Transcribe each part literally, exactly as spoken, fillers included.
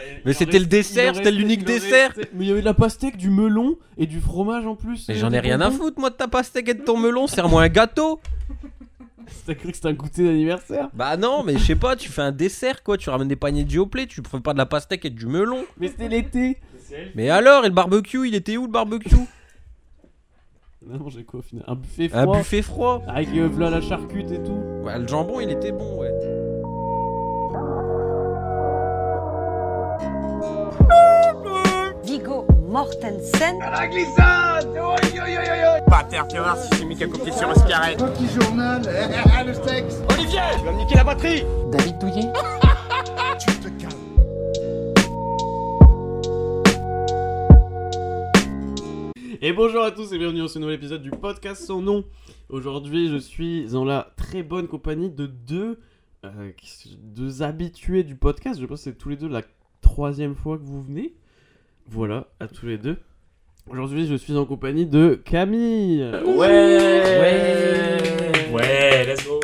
Mais c'était le dessert, c'était l'unique dessert. Mais il y avait de la pastèque, du melon et du fromage en plus. Mais j'en ai rien à foutre, moi, de ta pastèque et de ton melon. Serre-moi un gâteau. T'as cru que c'était un goûter d'anniversaire? Bah non, mais je sais pas, tu fais un dessert quoi. Tu ramènes des paniers de Yoplait, tu fais pas de la pastèque et du melon. Mais c'était l'été. Mais alors, et le barbecue, il était où le barbecue? Non, j'ai quoi au final? Un buffet froid. Un buffet froid. Avec euh, voilà, la charcute et tout. Ouais, le jambon, il était bon, ouais. Viggo Mortensen. À la glissade. Oi, oi, oi, oi. Pas terre, tu vas voir si j'ai mis qu'à copier sur un cigarette. Petit journal, le sexe. Olivier, tu vas me niquer la batterie. David Douillet. Tu te calmes. Et bonjour à tous et bienvenue dans ce nouvel épisode du podcast sans nom. Aujourd'hui, je suis dans la très bonne compagnie de deux, euh, deux habitués du podcast. Je pense que c'est tous les deux la troisième fois que vous venez. Voilà, à tous les deux. Aujourd'hui, je suis en compagnie de Camille. Ouais Ouais Ouais, let's go.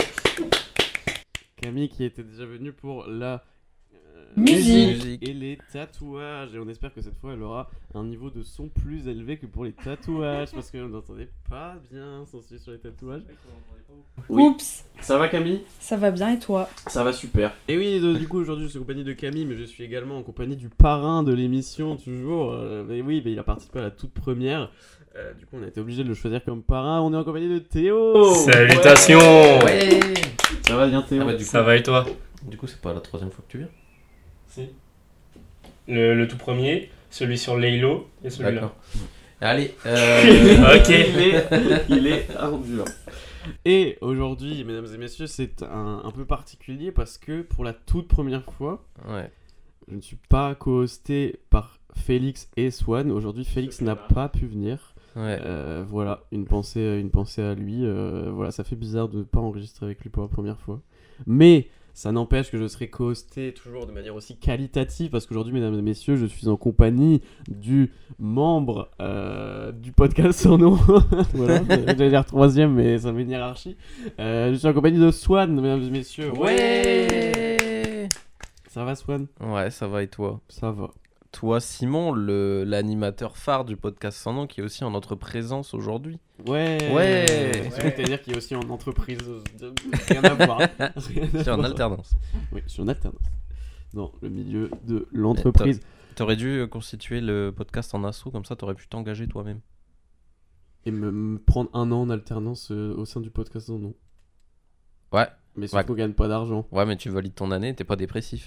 Camille qui était déjà venue pour la euh, Musique. et les tatouages. Et on espère que cette fois, elle aura un niveau de son plus élevé que pour les tatouages. Parce qu'on n'entendait pas bien son sujet sur les tatouages. Oui. Oups, Ça va Camille? ça va bien et toi? Ça va super. Et oui, de- du coup aujourd'hui je suis en compagnie de Camille, mais je suis également en compagnie du parrain de l'émission toujours. Euh, mais oui, mais il a participé à la toute première. Euh, du coup on a été obligé de le choisir comme parrain. On est en compagnie de Théo. Salutations. Ouais. Ça va bien Théo? Ah bah, du coup, Ça va et toi? du coup, c'est pas la troisième fois que tu viens. Si. Le, le tout premier, celui sur Laylo et celui-là. D'accord. Allez, euh... Ok. Il est, il est dur. Et aujourd'hui, mesdames et messieurs, c'est un, un peu particulier parce que pour la toute première fois, Ouais. je ne suis pas co-hosté par Félix et Swan. Aujourd'hui, Félix n'a pas pu venir. Ouais. Euh, voilà, une pensée, une pensée à lui. Euh, voilà, ça fait bizarre de ne pas enregistrer avec lui pour la première fois. Mais ça n'empêche que je serai co-hosté toujours de manière aussi qualitative parce qu'aujourd'hui, mesdames et messieurs, je suis en compagnie du membre euh, du podcast sans nom. Voilà, j'allais dire troisième, mais ça met une hiérarchie. Euh, je suis en compagnie de Swan, mesdames et messieurs. Ouais. Ça va, Swan? Ouais, ça va et toi? Ça va. Toi, Simon, le l'animateur phare du podcast sans nom, qui est aussi en notre présence aujourd'hui. Ouais. Ouais. C'est-à-dire qu'il y a aussi en entreprise. euh, Rien à voir. Rien à Je suis en voir. alternance. Oui, je suis en alternance. Dans le milieu de l'entreprise. T'aurais dû euh, constituer le podcast en asso, comme ça t'aurais pu t'engager toi-même. Et me, me prendre un an en alternance euh, au sein du podcast non non. Ouais, Mais sauf Ouais. qu'on gagne pas d'argent. ouais, mais tu valides ton année, t'es pas dépressif.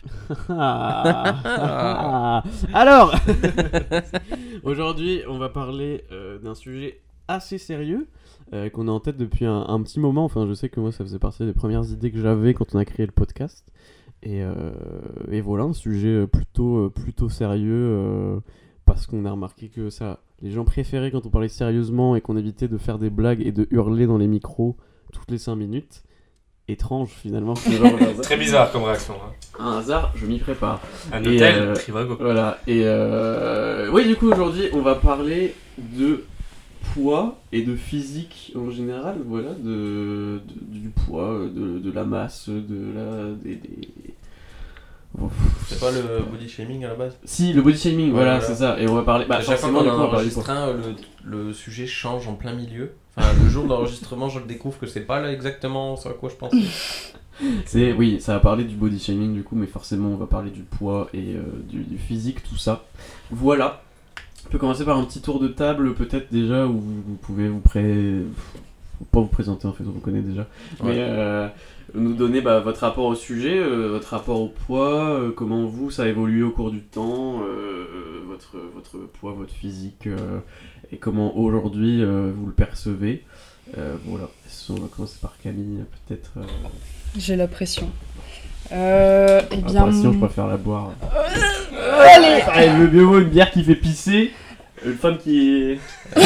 Ah. Alors, aujourd'hui, on va parler euh, d'un sujet assez sérieux euh, qu'on a en tête depuis un, un petit moment. Enfin, je sais que moi, ça faisait partie des premières idées que j'avais quand on a créé le podcast. Et, euh, et voilà, un sujet plutôt, plutôt sérieux euh, parce qu'on a remarqué que ça, les gens préféraient quand on parlait sérieusement et qu'on évitait de faire des blagues et de hurler dans les micros toutes les cinq minutes. Étrange finalement. Très bizarre comme réaction. Hein. Un hasard, je m'y prépare. Un Et, hôtel, euh, Trivago. Voilà, et euh... oui, du coup, aujourd'hui, on va parler de poids et de physique en général, voilà, de, de- du poids, de, de la masse, de la... Des, des... Bon, C'est pas le body shaming à la base? si, le body shaming, voilà, voilà. c'est ça, et on va parler... Bah, À chaque fois forcément, qu'on du coup, on va en parler du enregistre poids. un, le, le sujet change en plein milieu. Enfin, le jour d'enregistrement, je le découvre que c'est pas là exactement ce à quoi je pensais. C'est, oui, ça va parler du body shaming, du coup, mais forcément, on va parler du poids et euh, du, du physique, tout ça. Voilà. On peut commencer par un petit tour de table, peut-être déjà, où vous, vous pouvez vous pré... Faut pas vous présenter en fait, on vous connaît déjà. Ouais. Mais euh, nous donner bah, votre rapport au sujet, euh, votre rapport au poids, euh, comment vous ça a évolué au cours du temps, euh, votre, votre poids, votre physique, euh, et comment aujourd'hui euh, vous le percevez. Euh, voilà, on va commencer par Camille, peut-être. Euh... J'ai la pression. Euh, eh Ah, bien, bah, sinon, je mon- préfère la boire. Allez. Ah, le mieux vaut une bière qui fait pisser, une femme qui est.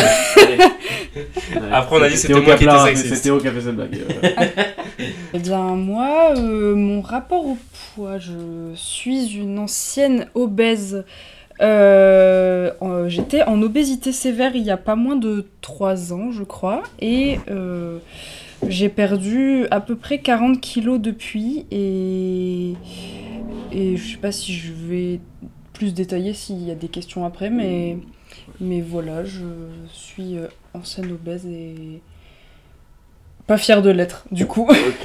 Après, on a dit que c'était Théo moi qui Caplar, étais sexiste. C'est Théo qui a fait cette blague. euh. Eh bien, moi, euh, mon rapport au poids, je suis une ancienne obèse. Euh, en- j'étais en obésité sévère il y a pas moins de trois ans, je crois, et euh, j'ai perdu à peu près quarante kilos depuis, et, et je sais pas si je vais plus détailler s'il y a des questions après, mais, mais voilà, je suis euh, ancienne obèse et pas fière de l'être, du coup. Ok.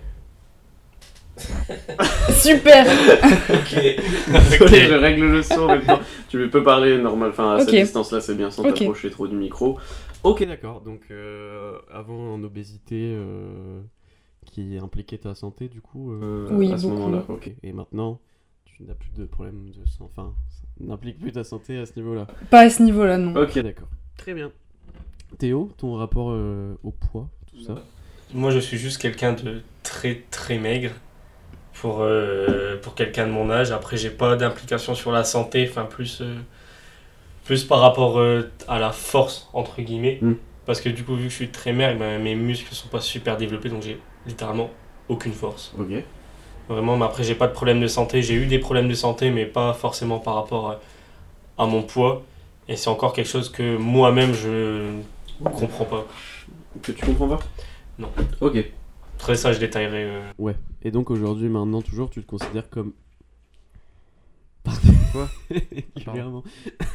Super. Ok. Désolé, je règle le son en même temps. Tu peux parler normal, enfin à Ok. cette distance-là, c'est bien sans Ok. t'approcher trop du micro. Ok, d'accord. Donc euh, avant en obésité euh, qui impliquait ta santé, du coup, euh, Oui, à ce beaucoup. moment-là. Ok. Et maintenant, tu n'as plus de problème de sang, enfin, ça n'implique plus ta santé à ce niveau-là. Pas à ce niveau-là, non. Ok, d'accord. Très bien. Théo, ton rapport euh, au poids, tout ça. Moi, je suis juste quelqu'un de très très maigre pour, euh, pour quelqu'un de mon âge. Après, j'ai pas d'implication sur la santé, enfin, plus, euh, plus par rapport euh, à la force, entre guillemets. Mm. Parce que du coup, vu que je suis très maigre, ben, mes muscles sont pas super développés, donc j'ai littéralement aucune force. Ok. Vraiment, mais après, j'ai pas de problème de santé. J'ai eu des problèmes de santé, mais pas forcément par rapport à, à mon poids. Et c'est encore quelque chose que moi-même, je comprends pas. Que tu comprends pas? Non. Ok. Après ça, je détaillerai. euh, Ouais. Et donc aujourd'hui, maintenant, toujours, tu te considères comme. Quoi? Régulièrement.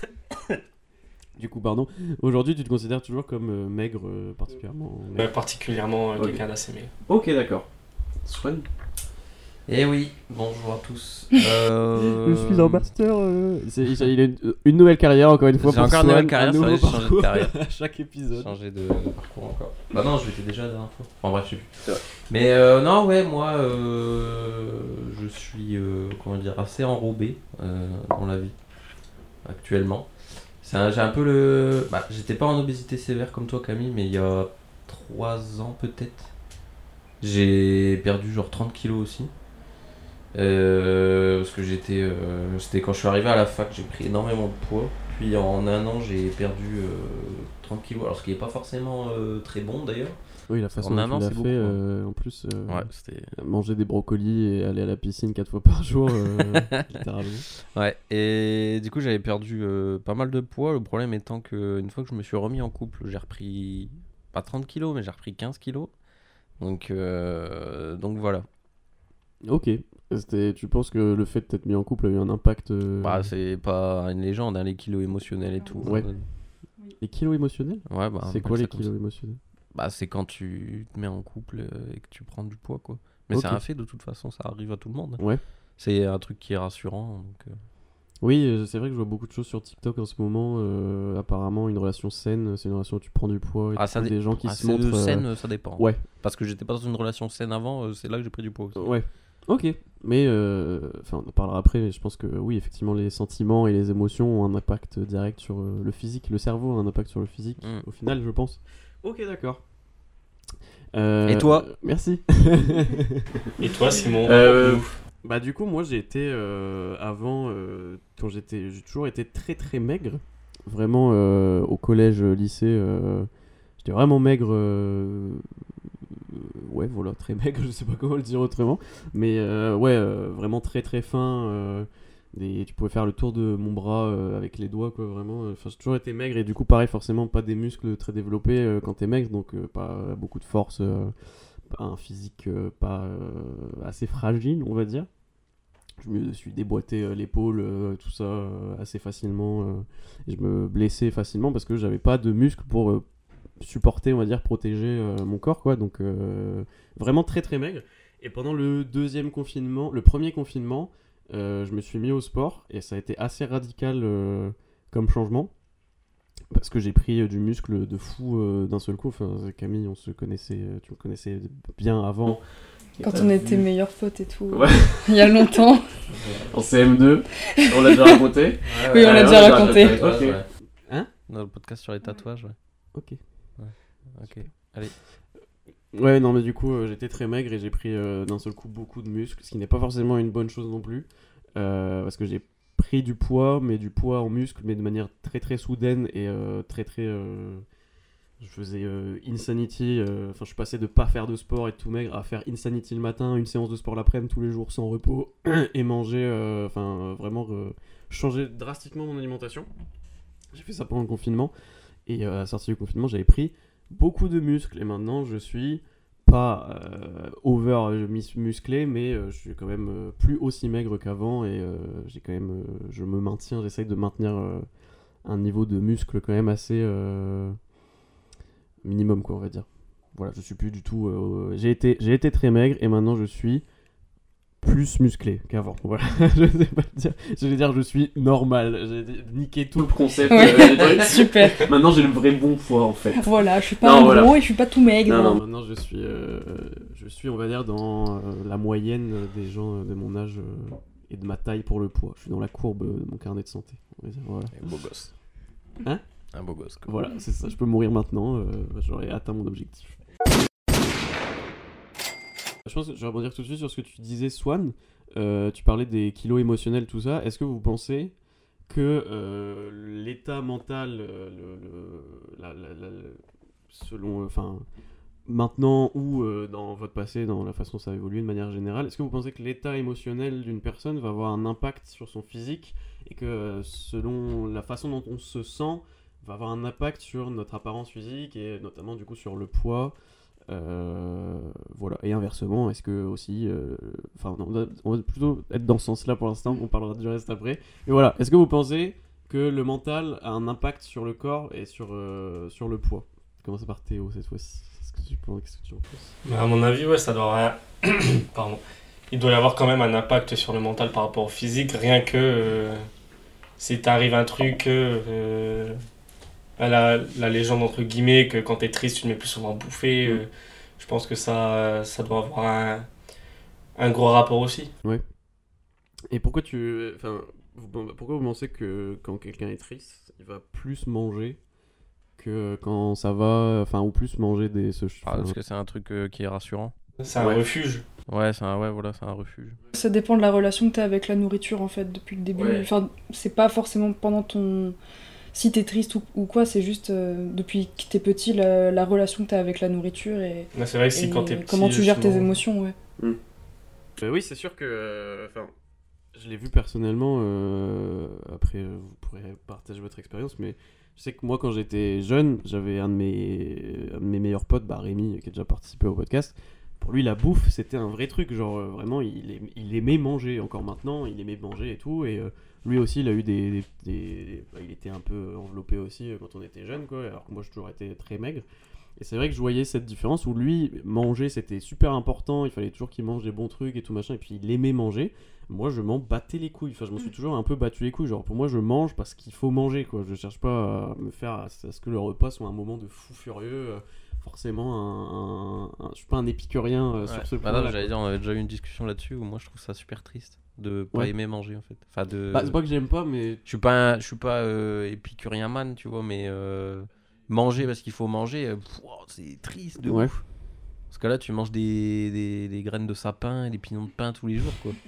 Du coup, pardon. Aujourd'hui, tu te considères toujours comme euh, maigre, euh, particulièrement. euh, maigre. particulièrement euh, Ok. quelqu'un d'assez maigre. Ok, d'accord. Swan. Eh oui, bonjour à tous. Euh, master. euh, c'est- il il a une, une nouvelle carrière, encore une fois. J'ai pour encore une Swan, nouvelle carrière, un ça va, nouveau j'ai changé de parcours carrière. à chaque épisode. changer de parcours encore. Bah non, je l'étais déjà la dernière fois. Enfin bref, je sais plus. C'est vrai. Mais euh, non, ouais, moi, euh, je suis, euh, comment dire, assez enrobé euh, dans la vie actuellement. C'est un- j'ai un peu le, bah, j'étais pas en obésité sévère comme toi, Camille, mais il y a trois ans peut-être, j'ai perdu genre trente kilos aussi. Euh, parce que j'étais, euh, c'était quand je suis arrivé à la fac, j'ai pris énormément de poids. Puis en un an, j'ai perdu euh, trente kilos. Alors ce qui est pas forcément euh, très bon d'ailleurs. Oui, la façon En dont un tu an, l'as c'est fait, beaucoup, hein. euh, en plus, euh, Ouais, c'était. manger des brocolis et aller à la piscine quatre fois par jour, euh, littéralement. Ouais, et du coup j'avais perdu euh, pas mal de poids. Le problème étant que une fois que je me suis remis en couple, j'ai repris pas trente kilos, mais j'ai repris quinze kilos. Donc, euh, donc voilà. Ok. C'était, tu penses que le fait de t'être mis en couple a eu un impact euh, Bah, c'est pas une légende, hein, les kilos émotionnels et tout. Ouais. Les kilos émotionnels? Ouais, bah, on C'est appelle quoi ça les comme kilos ça. émotionnels? Bah, c'est quand tu te mets en couple euh, et que tu prends du poids, quoi. Mais Ok. c'est un fait, de toute façon, ça arrive à tout le monde. Ouais. C'est un truc qui est rassurant. Donc, euh, Oui, euh, c'est vrai que je vois beaucoup de choses sur TikTok en ce moment. euh, apparemment, une relation saine, c'est une relation où tu prends du poids et Ah, tu ça trouves dé- des gens qui ah, se c'est montrent. euh, saine, ça dépend. Ouais, Parce que j'étais pas dans une relation saine avant, euh, c'est là que j'ai pris du poids aussi. ouais. Ok. Mais, euh, enfin, on en parlera après, mais je pense que oui, effectivement, les sentiments et les émotions ont un impact direct sur euh, le physique. Le cerveau a un impact sur le physique, Mm. au final, je pense. Ok, d'accord. Euh, Et toi? euh, Merci. Et toi, Simon? Euh, nous Bah du coup moi j'ai été euh, avant euh, quand j'étais j'ai toujours été très très maigre vraiment euh, au collège lycée euh, j'étais vraiment maigre euh, ouais voilà très maigre je sais pas comment le dire autrement mais euh, ouais euh, vraiment très très fin euh, des, tu pouvais faire le tour de mon bras euh, avec les doigts quoi vraiment enfin j'ai toujours été maigre et du coup pareil forcément pas des muscles très développés euh, quand t'es maigre donc euh, pas beaucoup de force euh, pas un physique euh, pas euh, assez fragile on va dire. Je me suis déboîté euh, l'épaule, euh, tout ça, euh, assez facilement. euh, et je me blessais facilement parce que j'avais pas de muscles pour euh, supporter, on va dire, protéger euh, mon corps, quoi. Donc, euh, vraiment très très maigre. Et pendant le deuxième confinement, le premier confinement, euh, je me suis mis au sport et ça a été assez radical euh, comme changement. Parce que j'ai pris euh, du muscle de fou euh, d'un seul coup. Enfin, Camille, on se connaissait, euh, tu me connaissais bien avant. Quand on était meilleurs potes et tout, Ouais. il y a longtemps. En C M deux, on l'a déjà raconté. Oui, on l'a Ouais, déjà ouais, raconté. ouais, ouais. Ok. Hein Dans le podcast sur les tatouages, ouais. Ok. Ok, allez. Ouais, non, mais du coup, euh, j'étais très maigre et j'ai pris euh, d'un seul coup beaucoup de muscles, ce qui n'est pas forcément une bonne chose non plus, euh, parce que j'ai pris du poids, mais du poids en muscles, mais de manière très très soudaine et euh, très très. euh, Je faisais euh, Insanity, euh, enfin je suis passé de pas faire de sport et de tout maigre à faire Insanity le matin, une séance de sport l'après-midi tous les jours sans repos et manger, euh, enfin euh, vraiment euh, changer drastiquement mon alimentation. J'ai fait ça pendant le confinement et euh, à la sortie du confinement j'avais pris beaucoup de muscles et maintenant je suis pas euh, over euh, mus- musclé, mais euh, je suis quand même euh, plus aussi maigre qu'avant et euh, j'ai quand même, euh, je me maintiens, j'essaye de maintenir euh, un niveau de muscle quand même assez euh, minimum, quoi, on va dire. Voilà, je suis plus du tout. Euh, j'ai été, j'ai été très maigre et maintenant je suis plus musclé qu'avant. Voilà, je sais pas dire. Je vais dire, je suis normal. J'ai niqué tout le concept. Ouais. euh, des trucs. Super. Maintenant, j'ai le vrai bon poids en fait. Voilà, je suis pas Non, un voilà. gros et je suis pas tout maigre. Non, non, maintenant je suis, euh, je suis, on va dire, dans euh, la moyenne des gens de mon âge euh, et de ma taille pour le poids. Je suis dans la courbe de mon carnet de santé. On va dire, voilà. Un beau gosse. Hein ? Un beau gosse. Quoi. Voilà, c'est ça. Je peux mourir maintenant. Euh, j'aurais atteint mon objectif. Je pense que je vais rebondir tout de suite sur ce que tu disais, Swan. Euh, tu parlais des kilos émotionnels, tout ça. Est-ce que vous pensez que euh, l'état mental, euh, le, le- la- la- la- le- selon, enfin, maintenant ou euh, dans votre passé, dans la façon dont ça a évolué de manière générale, est-ce que vous pensez que l'état émotionnel d'une personne va avoir un impact sur son physique et que euh, selon la façon dont on se sent, va avoir un impact sur notre apparence physique et notamment du coup sur le poids? Euh, voilà, et inversement, est-ce que aussi, euh, enfin, on, va- on va plutôt être dans ce sens-là pour l'instant, on parlera du reste après. Mais voilà, est-ce que vous pensez que le mental a un impact sur le corps et sur, euh, sur le poids? Commencer par Théo cette fois-ci. Qu'est-ce que tu penses? Qu'est-ce que tu en penses? Mais à mon avis, ouais, ça doit rien. Pardon. Il doit y avoir quand même un impact sur le mental par rapport au physique, rien que euh, si t'arrive un truc, euh, à la, la légende entre guillemets, que quand t'es triste, tu te mets plus souvent à bouffer. Mm. euh, je pense que ça, ça doit avoir un, un gros rapport aussi. Et pourquoi tu, enfin, vous- pourquoi vous pensez que quand quelqu'un est triste, il va plus manger que quand ça va, enfin, ou plus manger des ce, Ah, parce que c'est un truc euh, qui est rassurant. C'est un Ouais. refuge. Ouais, c'est un, ouais, voilà, c'est un refuge. Ça dépend de la relation que t'as avec la nourriture en fait depuis le début. Ouais. Enfin, c'est pas forcément pendant ton. Si t'es triste ou, ou quoi, c'est juste euh, depuis que t'es petit la, la relation que t'as avec la nourriture et, Mais c'est vrai que si et quand t'es petit, comment tu gères tes souvent- émotions, ouais. Euh, oui, c'est sûr que, euh, enfin, je l'ai vu personnellement. euh, après, euh, vous pourrez partager votre expérience, mais je sais que moi, quand j'étais jeune, j'avais un de mes, un de mes meilleurs potes, bah Rémi, qui a déjà participé au podcast. Pour lui, la bouffe, c'était un vrai truc. Genre, euh, vraiment, il, aim- il aimait manger. Encore maintenant, il aimait manger et tout. Et euh, lui aussi, il a eu des, des- des- bah, il était un peu enveloppé aussi euh, quand on était jeune, quoi. Alors que moi, j'ai toujours été très maigre. Et c'est vrai que je voyais cette différence où lui, manger, c'était super important, il fallait toujours qu'il mange des bons trucs et tout machin, et puis il aimait manger. Moi, je m'en battais les couilles, enfin, je m'en suis toujours un peu battu les couilles. Genre, pour moi, je mange parce qu'il faut manger, quoi. Je cherche pas à me faire à ce que le repas soit un moment de fou furieux. euh, Forcément, un, un- un- je suis pas un épicurien euh, sur Ouais. ce Bah point. non, j'allais dire, on avait déjà eu une discussion là-dessus où moi je trouve ça super triste de pas Ouais. aimer manger en fait. Enfin, de. Bah, c'est pas que j'aime pas, mais Je suis pas, un- je suis pas euh, épicurien man, tu vois, mais euh, manger parce qu'il faut manger, euh, pff, wow, c'est triste de ouais. ouf. Parce que là, tu manges des, des, des graines de sapin et des pignons de pain tous les jours, quoi.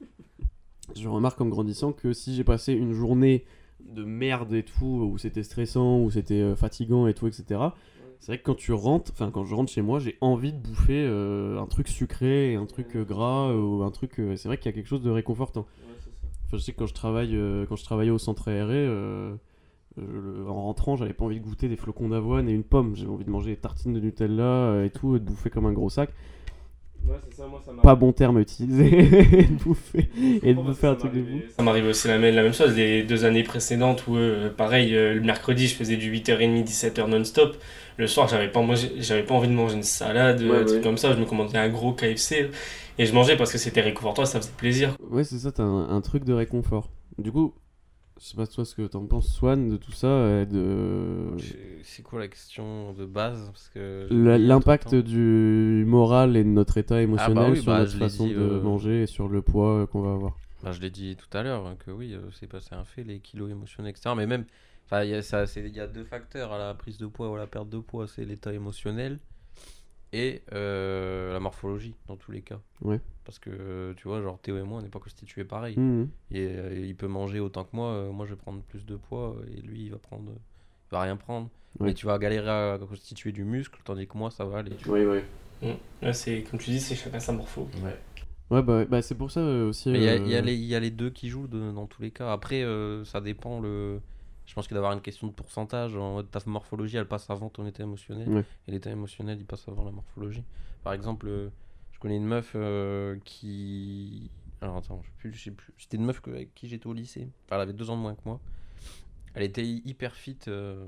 Je remarque en grandissant que si j'ai passé une journée de merde et tout, où c'était stressant, où c'était euh, fatigant et tout, et cetera. C'est vrai que quand tu rentres, enfin quand je rentre chez moi, j'ai envie de bouffer euh, un truc sucré, et un truc euh, gras, euh, ou un truc. euh, c'est vrai qu'il y a quelque chose de réconfortant. Enfin, je sais que quand je travaille, euh, quand je travaillais au centre aéré, euh, euh, en rentrant, j'avais pas envie de goûter des flocons d'avoine et une pomme. J'avais envie de manger des tartines de Nutella euh, et tout, et de bouffer comme un gros sac. Ouais, c'est ça, moi, ça m'a- Pas bon terme à utiliser. et de bouffer, et de bouffer un truc de bout. Ça m'arrive aussi la même, la même chose, les deux années précédentes où, euh, pareil, euh, le mercredi, je faisais du huit heures trente, dix-sept heures non-stop. Le soir, j'avais pas, mangé- j'avais pas envie de manger une salade, Ouais, un truc ouais. comme ça. Je me commandais un gros K F C et je mangeais parce que c'était réconfortant, ça faisait plaisir. Ouais, c'est ça, t'as un, un truc de réconfort. Du coup, je sais pas toi ce que t'en penses, Swan, de tout ça, euh, de C'est quoi la question de base parce que j'ai La- oublié l'impact entre-temps. du moral et de notre état émotionnel oui, sur bah, notre je l'ai façon dit, de euh, manger et sur le poids euh, qu'on va avoir. Bah, je l'ai dit tout à l'heure, hein, que oui, euh, c'est pas, c'est un fait, les kilos émotionnels, et cetera. Mais même, enfin, il y a ça, c'est- il y a deux facteurs à la prise de poids ou à la perte de poids, c'est l'état émotionnel et euh, la morphologie, dans tous les cas. Ouais. Parce que, euh, tu vois, genre Théo et moi, on n'est pas constitués pareil. Mhm. Et euh, il peut manger autant que moi, euh, moi je vais prendre plus de poids, et lui, il va prendre, il va rien prendre. Ouais. Mais tu vas galérer à constituer du muscle, tandis que moi, ça va aller. tu vois. Oui, oui. Ouais, c'est, comme tu dis, c'est chacun sa morpho. Ouais, bah, bah c'est pour ça euh, aussi. Mais il y, a- euh, il y a les- il y a les deux qui jouent de- dans tous les cas. Après, euh, ça dépend le, Je pense qu'il doit y avoir une question de pourcentage. En mode, ta morphologie, elle passe avant ton état émotionnel. Ouais. Et l'état émotionnel, il passe avant la morphologie. Par exemple, euh, je connais une meuf euh, qui... Alors attends, je sais plus, je sais plus. C'était une meuf que- avec qui j'étais au lycée. Enfin, elle avait deux ans de moins que moi. Elle était hy- hyper fit euh,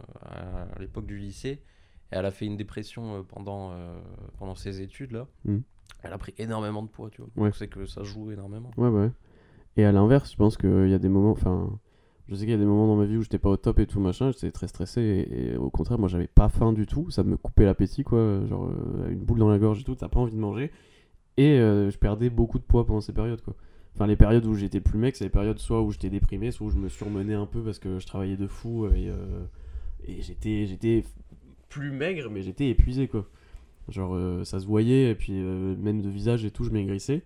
à à l'époque du lycée. Et elle a fait une dépression euh, pendant, euh, pendant ses études, là. Mm. Elle a pris énormément de poids, tu vois. Ouais. Donc c'est que ça joue énormément. Ouais, ouais. Et à l'inverse, je pense qu'il y a des moments. Enfin, je sais qu'il y a des moments dans ma vie où j'étais pas au top et tout machin, j'étais très stressé. Et, et au contraire, moi j'avais pas faim du tout. Ça me coupait l'appétit, quoi. Genre, euh, une boule dans la gorge et tout, t'as pas envie de manger. Et euh, je perdais beaucoup de poids pendant ces périodes, quoi. Enfin, les périodes où j'étais plus mec, c'est les périodes soit où j'étais déprimé, soit où je me surmenais un peu parce que je travaillais de fou et, euh, et j'étais, j'étais plus maigre, mais j'étais épuisé, quoi. Genre, euh, ça se voyait, et puis euh, même de visage et tout, je maigrissais.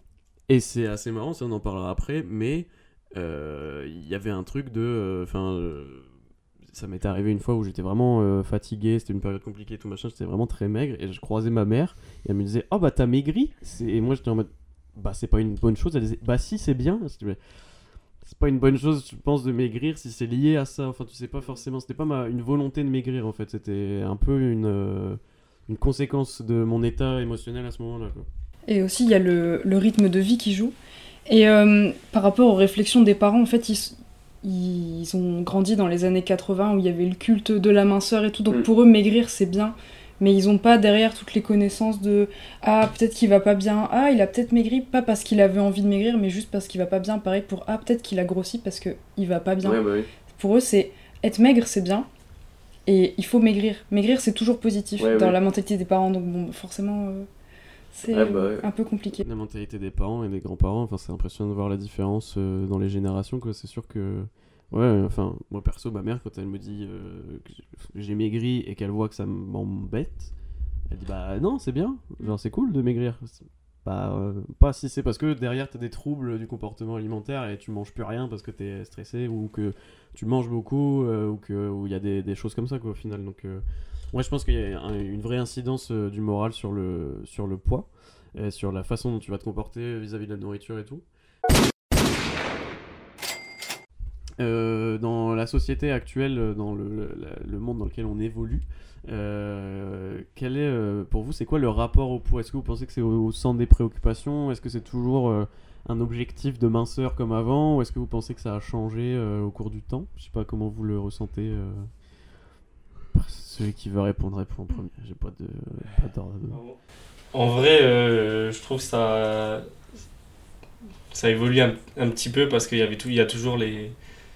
Et c'est assez marrant, ça on en parlera après, mais euh, il y avait un truc de... Enfin, euh, ça m'était arrivé une fois où j'étais vraiment euh, fatigué, c'était une période compliquée et tout machin, j'étais vraiment très maigre, et je croisais ma mère, et elle me disait « Oh bah t'as maigri !» C'est- Et moi j'étais en mode « Bah c'est pas une bonne chose », elle disait « Bah si c'est bien !» C'était, c'est pas une bonne chose, je pense, de maigrir si c'est lié à ça, enfin tu sais pas forcément, c'était pas ma, une volonté de maigrir en fait, c'était un peu une, euh, une conséquence de mon état émotionnel à ce moment-là, quoi. Et aussi, il y a le, le rythme de vie qui joue. Et euh, par rapport aux réflexions des parents, en fait, ils, s- ils ont grandi dans les années quatre-vingts où il y avait le culte de la minceur et tout. Donc Mm. pour eux, maigrir, c'est bien. Mais ils ont pas derrière toutes les connaissances de « Ah, peut-être qu'il va pas bien. Ah, il a peut-être maigri, pas parce qu'il avait envie de maigrir, mais juste parce qu'il va pas bien. » Pareil pour « Ah, peut-être qu'il a grossi parce qu'il va pas bien. Ouais, bah oui. Pour eux, c'est être maigre, c'est bien. Et il faut maigrir. Maigrir, c'est toujours positif Ouais, dans ouais. la mentalité des parents. Donc bon, forcément, euh, c'est Ouais, bah ouais. un peu compliqué. La mentalité des parents et des grands-parents, enfin, c'est impressionnant de voir la différence euh, dans les générations, quoi. C'est sûr que, ouais, enfin, moi perso, ma mère, quand elle me dit euh, que j'ai maigri et qu'elle voit que ça m'embête, elle dit bah non, c'est bien, genre c'est cool de maigrir. C'est- Bah, euh, pas si c'est parce que derrière t'as des troubles du comportement alimentaire et tu manges plus rien parce que t'es stressé ou que tu manges beaucoup euh, ou que ou il y a des, des choses comme ça, quoi, au final. Donc, euh, ouais, je pense qu'il y a un- une vraie incidence euh, du moral sur le, sur le poids. Et sur la façon dont tu vas te comporter vis-à-vis de la nourriture et tout. Euh, dans la société actuelle, dans le, le, le monde dans lequel on évolue, euh, quel est, euh, pour vous, c'est quoi le rapport au poids ? Est-ce que vous pensez que c'est au, au centre des préoccupations ? Est-ce que c'est toujours euh, un objectif de minceur comme avant ? Ou est-ce que vous pensez que ça a changé euh, au cours du temps ? Je sais pas comment vous le ressentez. Euh... Celui qui veut répondre répond en premier. J'ai pas de pas d'ordre de... En vrai, euh, je trouve que ça, ça évolue un, un petit peu parce qu'il y avait tout, il y a toujours les.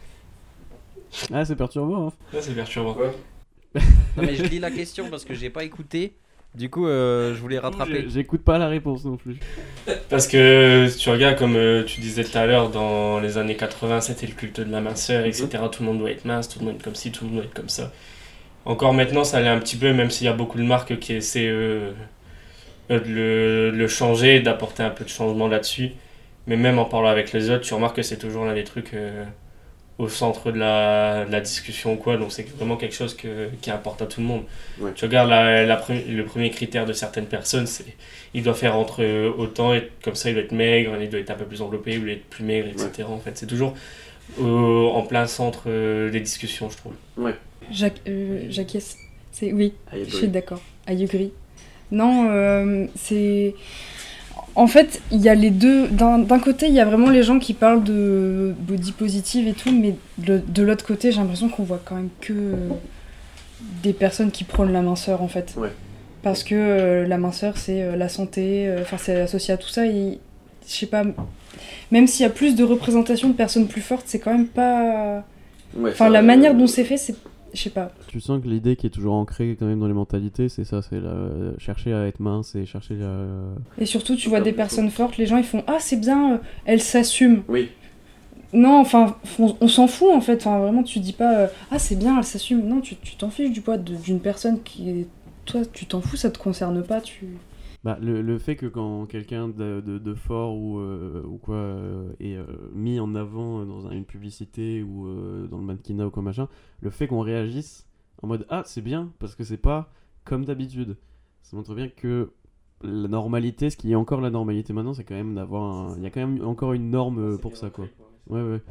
Ah, c'est perturbant, hein. Là, c'est perturbant. Non, mais je lis la question parce que j'ai pas écouté. Du coup, euh, je voulais rattraper. J'ai- J'écoute pas la réponse non plus. Parce que si tu regardes, comme euh, tu disais tout à l'heure, dans les années quatre-vingts, c'était le culte de la minceur, et cetera. Tout le monde doit être mince, tout le monde est comme ci, tout le monde doit être comme ça. Encore maintenant, ça l'est un petit peu, même s'il y a beaucoup de marques qui essaient euh, euh, de le, le changer, d'apporter un peu de changement là-dessus. Mais même en parlant avec les autres, tu remarques que c'est toujours l'un des trucs euh, au centre de la, de la discussion ou quoi. Donc c'est vraiment quelque chose que, qui importe à tout le monde. Ouais. Tu regardes la, la pre- le premier critère de certaines personnes, c'est il doit faire entre euh, autant, et comme ça il doit être maigre, il doit être un peu plus enveloppé, il doit être plus maigre, et cetera. En fait, c'est toujours euh, en plein centre euh, des discussions, je trouve. Jacques, euh, Jacquies, c'est oui, I je suis d'accord. I agree. Non, euh, c'est. En fait, il y a les deux. D'un, d'un côté, il y a vraiment les gens qui parlent de body positive et tout, mais de, de l'autre côté, j'ai l'impression qu'on voit quand même que euh, des personnes qui prônent la minceur, en fait. Ouais. Parce que euh, la minceur, c'est euh, la santé, enfin, c'est associé à tout ça, et je sais pas. Même s'il y a plus de représentation de personnes plus fortes, c'est quand même pas. Enfin, la manière dont c'est fait, c'est. Je sais pas. Tu sens que l'idée qui est toujours ancrée quand même dans les mentalités, c'est ça, c'est la... chercher à être mince et chercher à... Et surtout, tu vois des personnes fortes, les gens ils font « Ah, c'est bien, euh, elle s'assume Oui. ». Non, enfin, on, on s'en fout en fait. Enfin, vraiment, tu dis pas euh, « Ah, c'est bien, elle s'assume ». Non, tu, tu t'en fiches du poids de- d'une personne qui est... Toi, tu t'en fous, ça te concerne pas, tu... Bah, le, le fait que quand quelqu'un de, de, de fort ou, euh, ou quoi euh, est euh, mis en avant dans un- une publicité ou euh, dans le mannequinat ou quoi machin, le fait qu'on réagisse en mode ah c'est bien parce que c'est pas comme d'habitude, ça montre bien que la normalité, ce qui est encore la normalité maintenant, c'est quand même d'avoir un... il y a quand même encore une norme euh, pour ça, quoi. Ouais, ouais.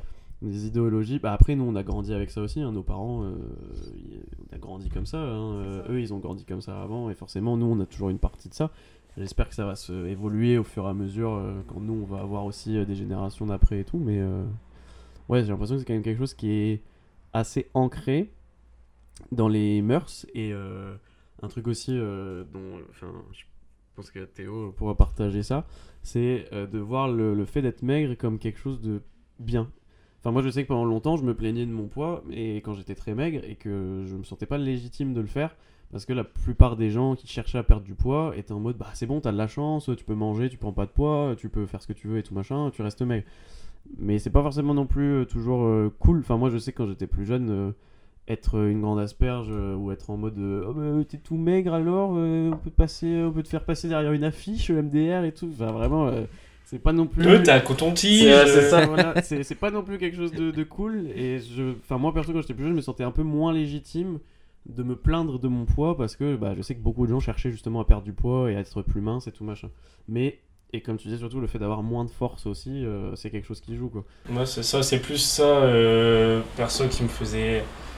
des idéologies. Bah après, nous, on a grandi avec ça aussi. Hein. Nos parents, euh, y- on a grandi comme ça. Hein. Euh, eux, ils ont grandi comme ça avant. Et forcément, nous, on a toujours une partie de ça. J'espère que ça va se évoluer au fur et à mesure euh, quand nous, on va avoir aussi euh, des générations d'après et tout. Mais euh, ouais, j'ai l'impression que c'est quand même quelque chose qui est assez ancré dans les mœurs. Et euh, un truc aussi euh, dont enfin, je pense que Théo pourra partager ça, c'est euh, de voir le, le fait d'être maigre comme quelque chose de bien. Enfin, moi, je sais que pendant longtemps, je me plaignais de mon poids et quand j'étais très maigre et que je me sentais pas légitime de le faire parce que la plupart des gens qui cherchaient à perdre du poids étaient en mode bah c'est bon, t'as de la chance, tu peux manger, tu prends pas de poids, tu peux faire ce que tu veux et tout machin, tu restes maigre. Mais c'est pas forcément non plus euh, toujours euh, cool. Enfin, moi, je sais que quand j'étais plus jeune, euh, être une grande asperge euh, ou être en mode euh, oh bah t'es tout maigre alors, euh, on peut te passer, on peut te faire passer derrière une affiche M D R et tout. Enfin, vraiment. Euh, C'est pas non plus. Eux, t'es un coton-tige. C'est, euh, c'est ça, voilà. C'est, c'est pas non plus quelque chose de, de cool. Et je, enfin moi perso quand j'étais plus jeune, je me sentais un peu moins légitime de me plaindre de mon poids parce que bah, je sais que beaucoup de gens cherchaient justement à perdre du poids et à être plus mince et tout machin. Mais et comme tu disais surtout le fait d'avoir moins de force aussi, euh, c'est quelque chose qui joue quoi. Moi, c'est ça, c'est plus ça, euh, perso, qui me faisait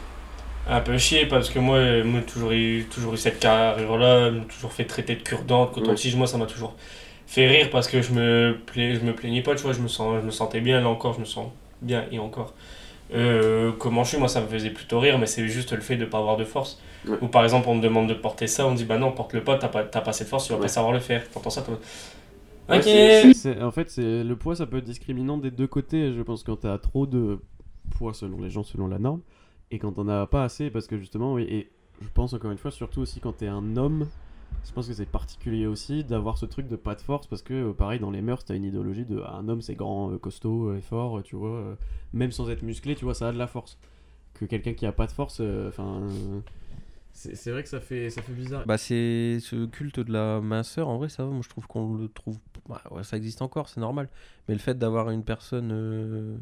un peu chier parce que moi, euh, moi toujours eu, toujours eu cette carrière-là, toujours fait traiter de cure-dent, coton-tige. Moi, ça m'a toujours fait rire parce que je me, pla... je me plaignais pas, tu vois, je me, sens... je me sentais bien, là encore, je me sens bien et encore. Euh, comment je suis, moi, ça me faisait plutôt rire, mais c'est juste le fait de pas avoir de force. Ouais. Ou par exemple, on me demande de porter ça, on dit bah non, porte-le pas, t'as pas, t'as pas assez de force, tu vas Ouais. pas savoir le faire. T'entends ça, toi? Ouais, Ok. c'est- c'est- en fait, c'est, le poids ça peut être discriminant des deux côtés. Je pense quand t'as trop de poids selon les gens, selon la norme, et quand t'en as pas assez, parce que justement, oui, et je pense encore une fois, surtout aussi quand t'es un homme, je pense que c'est particulier aussi d'avoir ce truc de pas de force, parce que euh, pareil, dans les mœurs, t'as une idéologie de ah, un homme c'est grand, euh, costaud euh, et fort, euh, tu vois, euh, même sans être musclé, tu vois, ça a de la force. Que quelqu'un qui a pas de force, enfin. euh, c'est, c'est vrai que ça fait, ça fait bizarre. Bah, c'est ce culte de la minceur, en vrai, ça va. Moi, je trouve qu'on le trouve. Bah, ouais, ça existe encore, c'est normal. Mais le fait d'avoir une personne euh,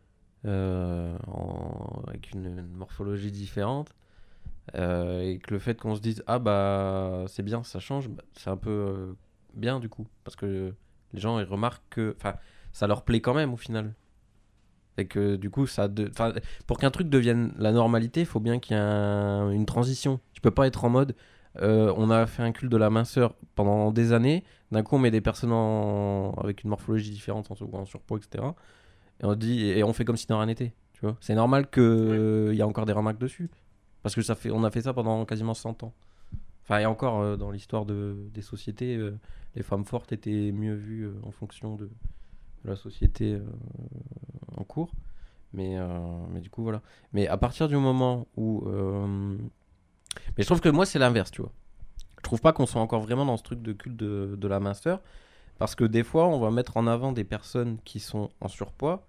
euh, en- avec une, une morphologie différente, euh, et que le fait qu'on se dise ah bah c'est bien, ça change, bah, c'est un peu euh, bien du coup. Parce que les gens ils remarquent que. Enfin, ça leur plaît quand même au final. Et que du coup, ça de... enfin, pour qu'un truc devienne la normalité, il faut bien qu'il y ait un- une transition. Tu peux pas être en mode euh, on a fait un culte de la minceur pendant des années, d'un coup on met des personnes en... avec une morphologie différente, en, sous- en surpoids, et cetera. Et on dit et on fait comme si de rien n'était. Tu vois, c'est normal qu'il y a encore des remarques dessus. Parce que ça fait... on a fait ça pendant quasiment cent ans. Enfin, et encore euh, dans l'histoire de... des sociétés, euh, les femmes fortes étaient mieux vues euh, en fonction de, de la société. Euh... en cours, mais, euh, mais du coup voilà. Mais à partir du moment où euh... mais je trouve que moi c'est l'inverse, tu vois. Je trouve pas qu'on soit encore vraiment dans ce truc de culte de, de la minceur, parce que des fois on va mettre en avant des personnes qui sont en surpoids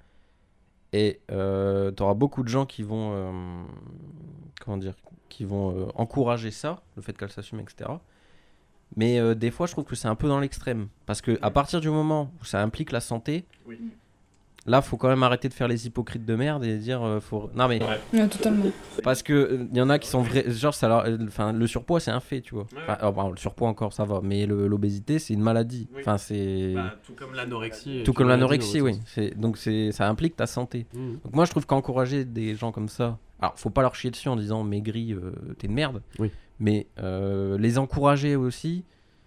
et euh, t'auras beaucoup de gens qui vont euh, comment dire, qui vont euh, encourager ça, le fait qu'elles s'assument, etc. Mais euh, des fois je trouve que c'est un peu dans l'extrême, parce que à partir du moment où ça implique la santé, Oui. là, faut quand même arrêter de faire les hypocrites de merde et dire euh, faut. Non mais Ouais. Ouais, totalement. parce que il y en a qui sont vrais. Genre, ça leur... enfin, le surpoids c'est un fait, tu vois. Enfin, oh, bon, le surpoids encore ça va, mais le- l'obésité c'est une maladie. Oui. Enfin, c'est Bah, tout comme l'anorexie. tout comme l'anorexie, oui. C'est... Donc c'est, ça implique ta santé. Mmh. Donc moi je trouve qu'encourager des gens comme ça, alors faut pas leur chier dessus en disant maigri, euh, t'es une merde. Oui. Mais euh, les encourager aussi.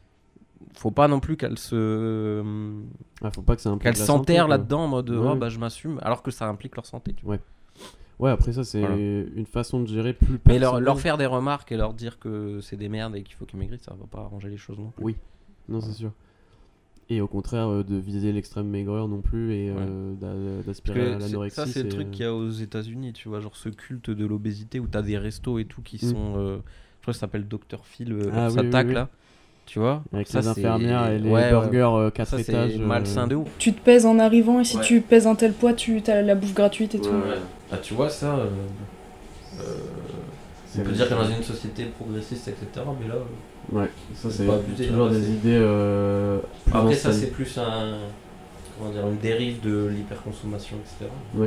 Faut pas non plus qu'elles se Ah, faut pas que ça implique qu'elles la santé, s'enterrent quoi. là-dedans en mode Ouais. oh, bah je m'assume, alors que ça implique leur santé, tu vois. Ouais, après ça c'est Voilà. une façon de gérer plus Mais leur, personnelle. leur faire des remarques et leur dire que c'est des merdes et qu'il faut qu'ils maigrissent, ça va pas arranger les choses non plus. Non, c'est sûr. Et au contraire euh, de viser l'extrême maigreur non plus et euh, d'a- Parce d'aspirer que à c'est- l'anorexie. ça c'est le truc qu'il y a aux États-Unis, tu vois, genre ce culte de l'obésité où t'as des restos et tout qui Mm. sont, euh, je crois que ça s'appelle docteur Phil, euh, Ah, oui, s'attaque oui, oui. là, tu vois. Avec Ça, les c'est- infirmières et les Ouais, ouais. burgers euh, quatre Ça étages. c'est euh, malsain de ouf. Tu te pèses en arrivant et si Ouais. tu pèses un tel poids, tu as la bouffe gratuite et tout. Ouais. Ah, tu vois ça, euh, euh, on C'est- peut dire que dans une société progressiste, et cetera. Mais là, euh, Ouais, ça C'est c'est pas abusé, toujours là, des c'est- idées. Euh, plus après ça anciennes. c'est plus un, comment dire, une dérive de l'hyperconsommation, et cetera.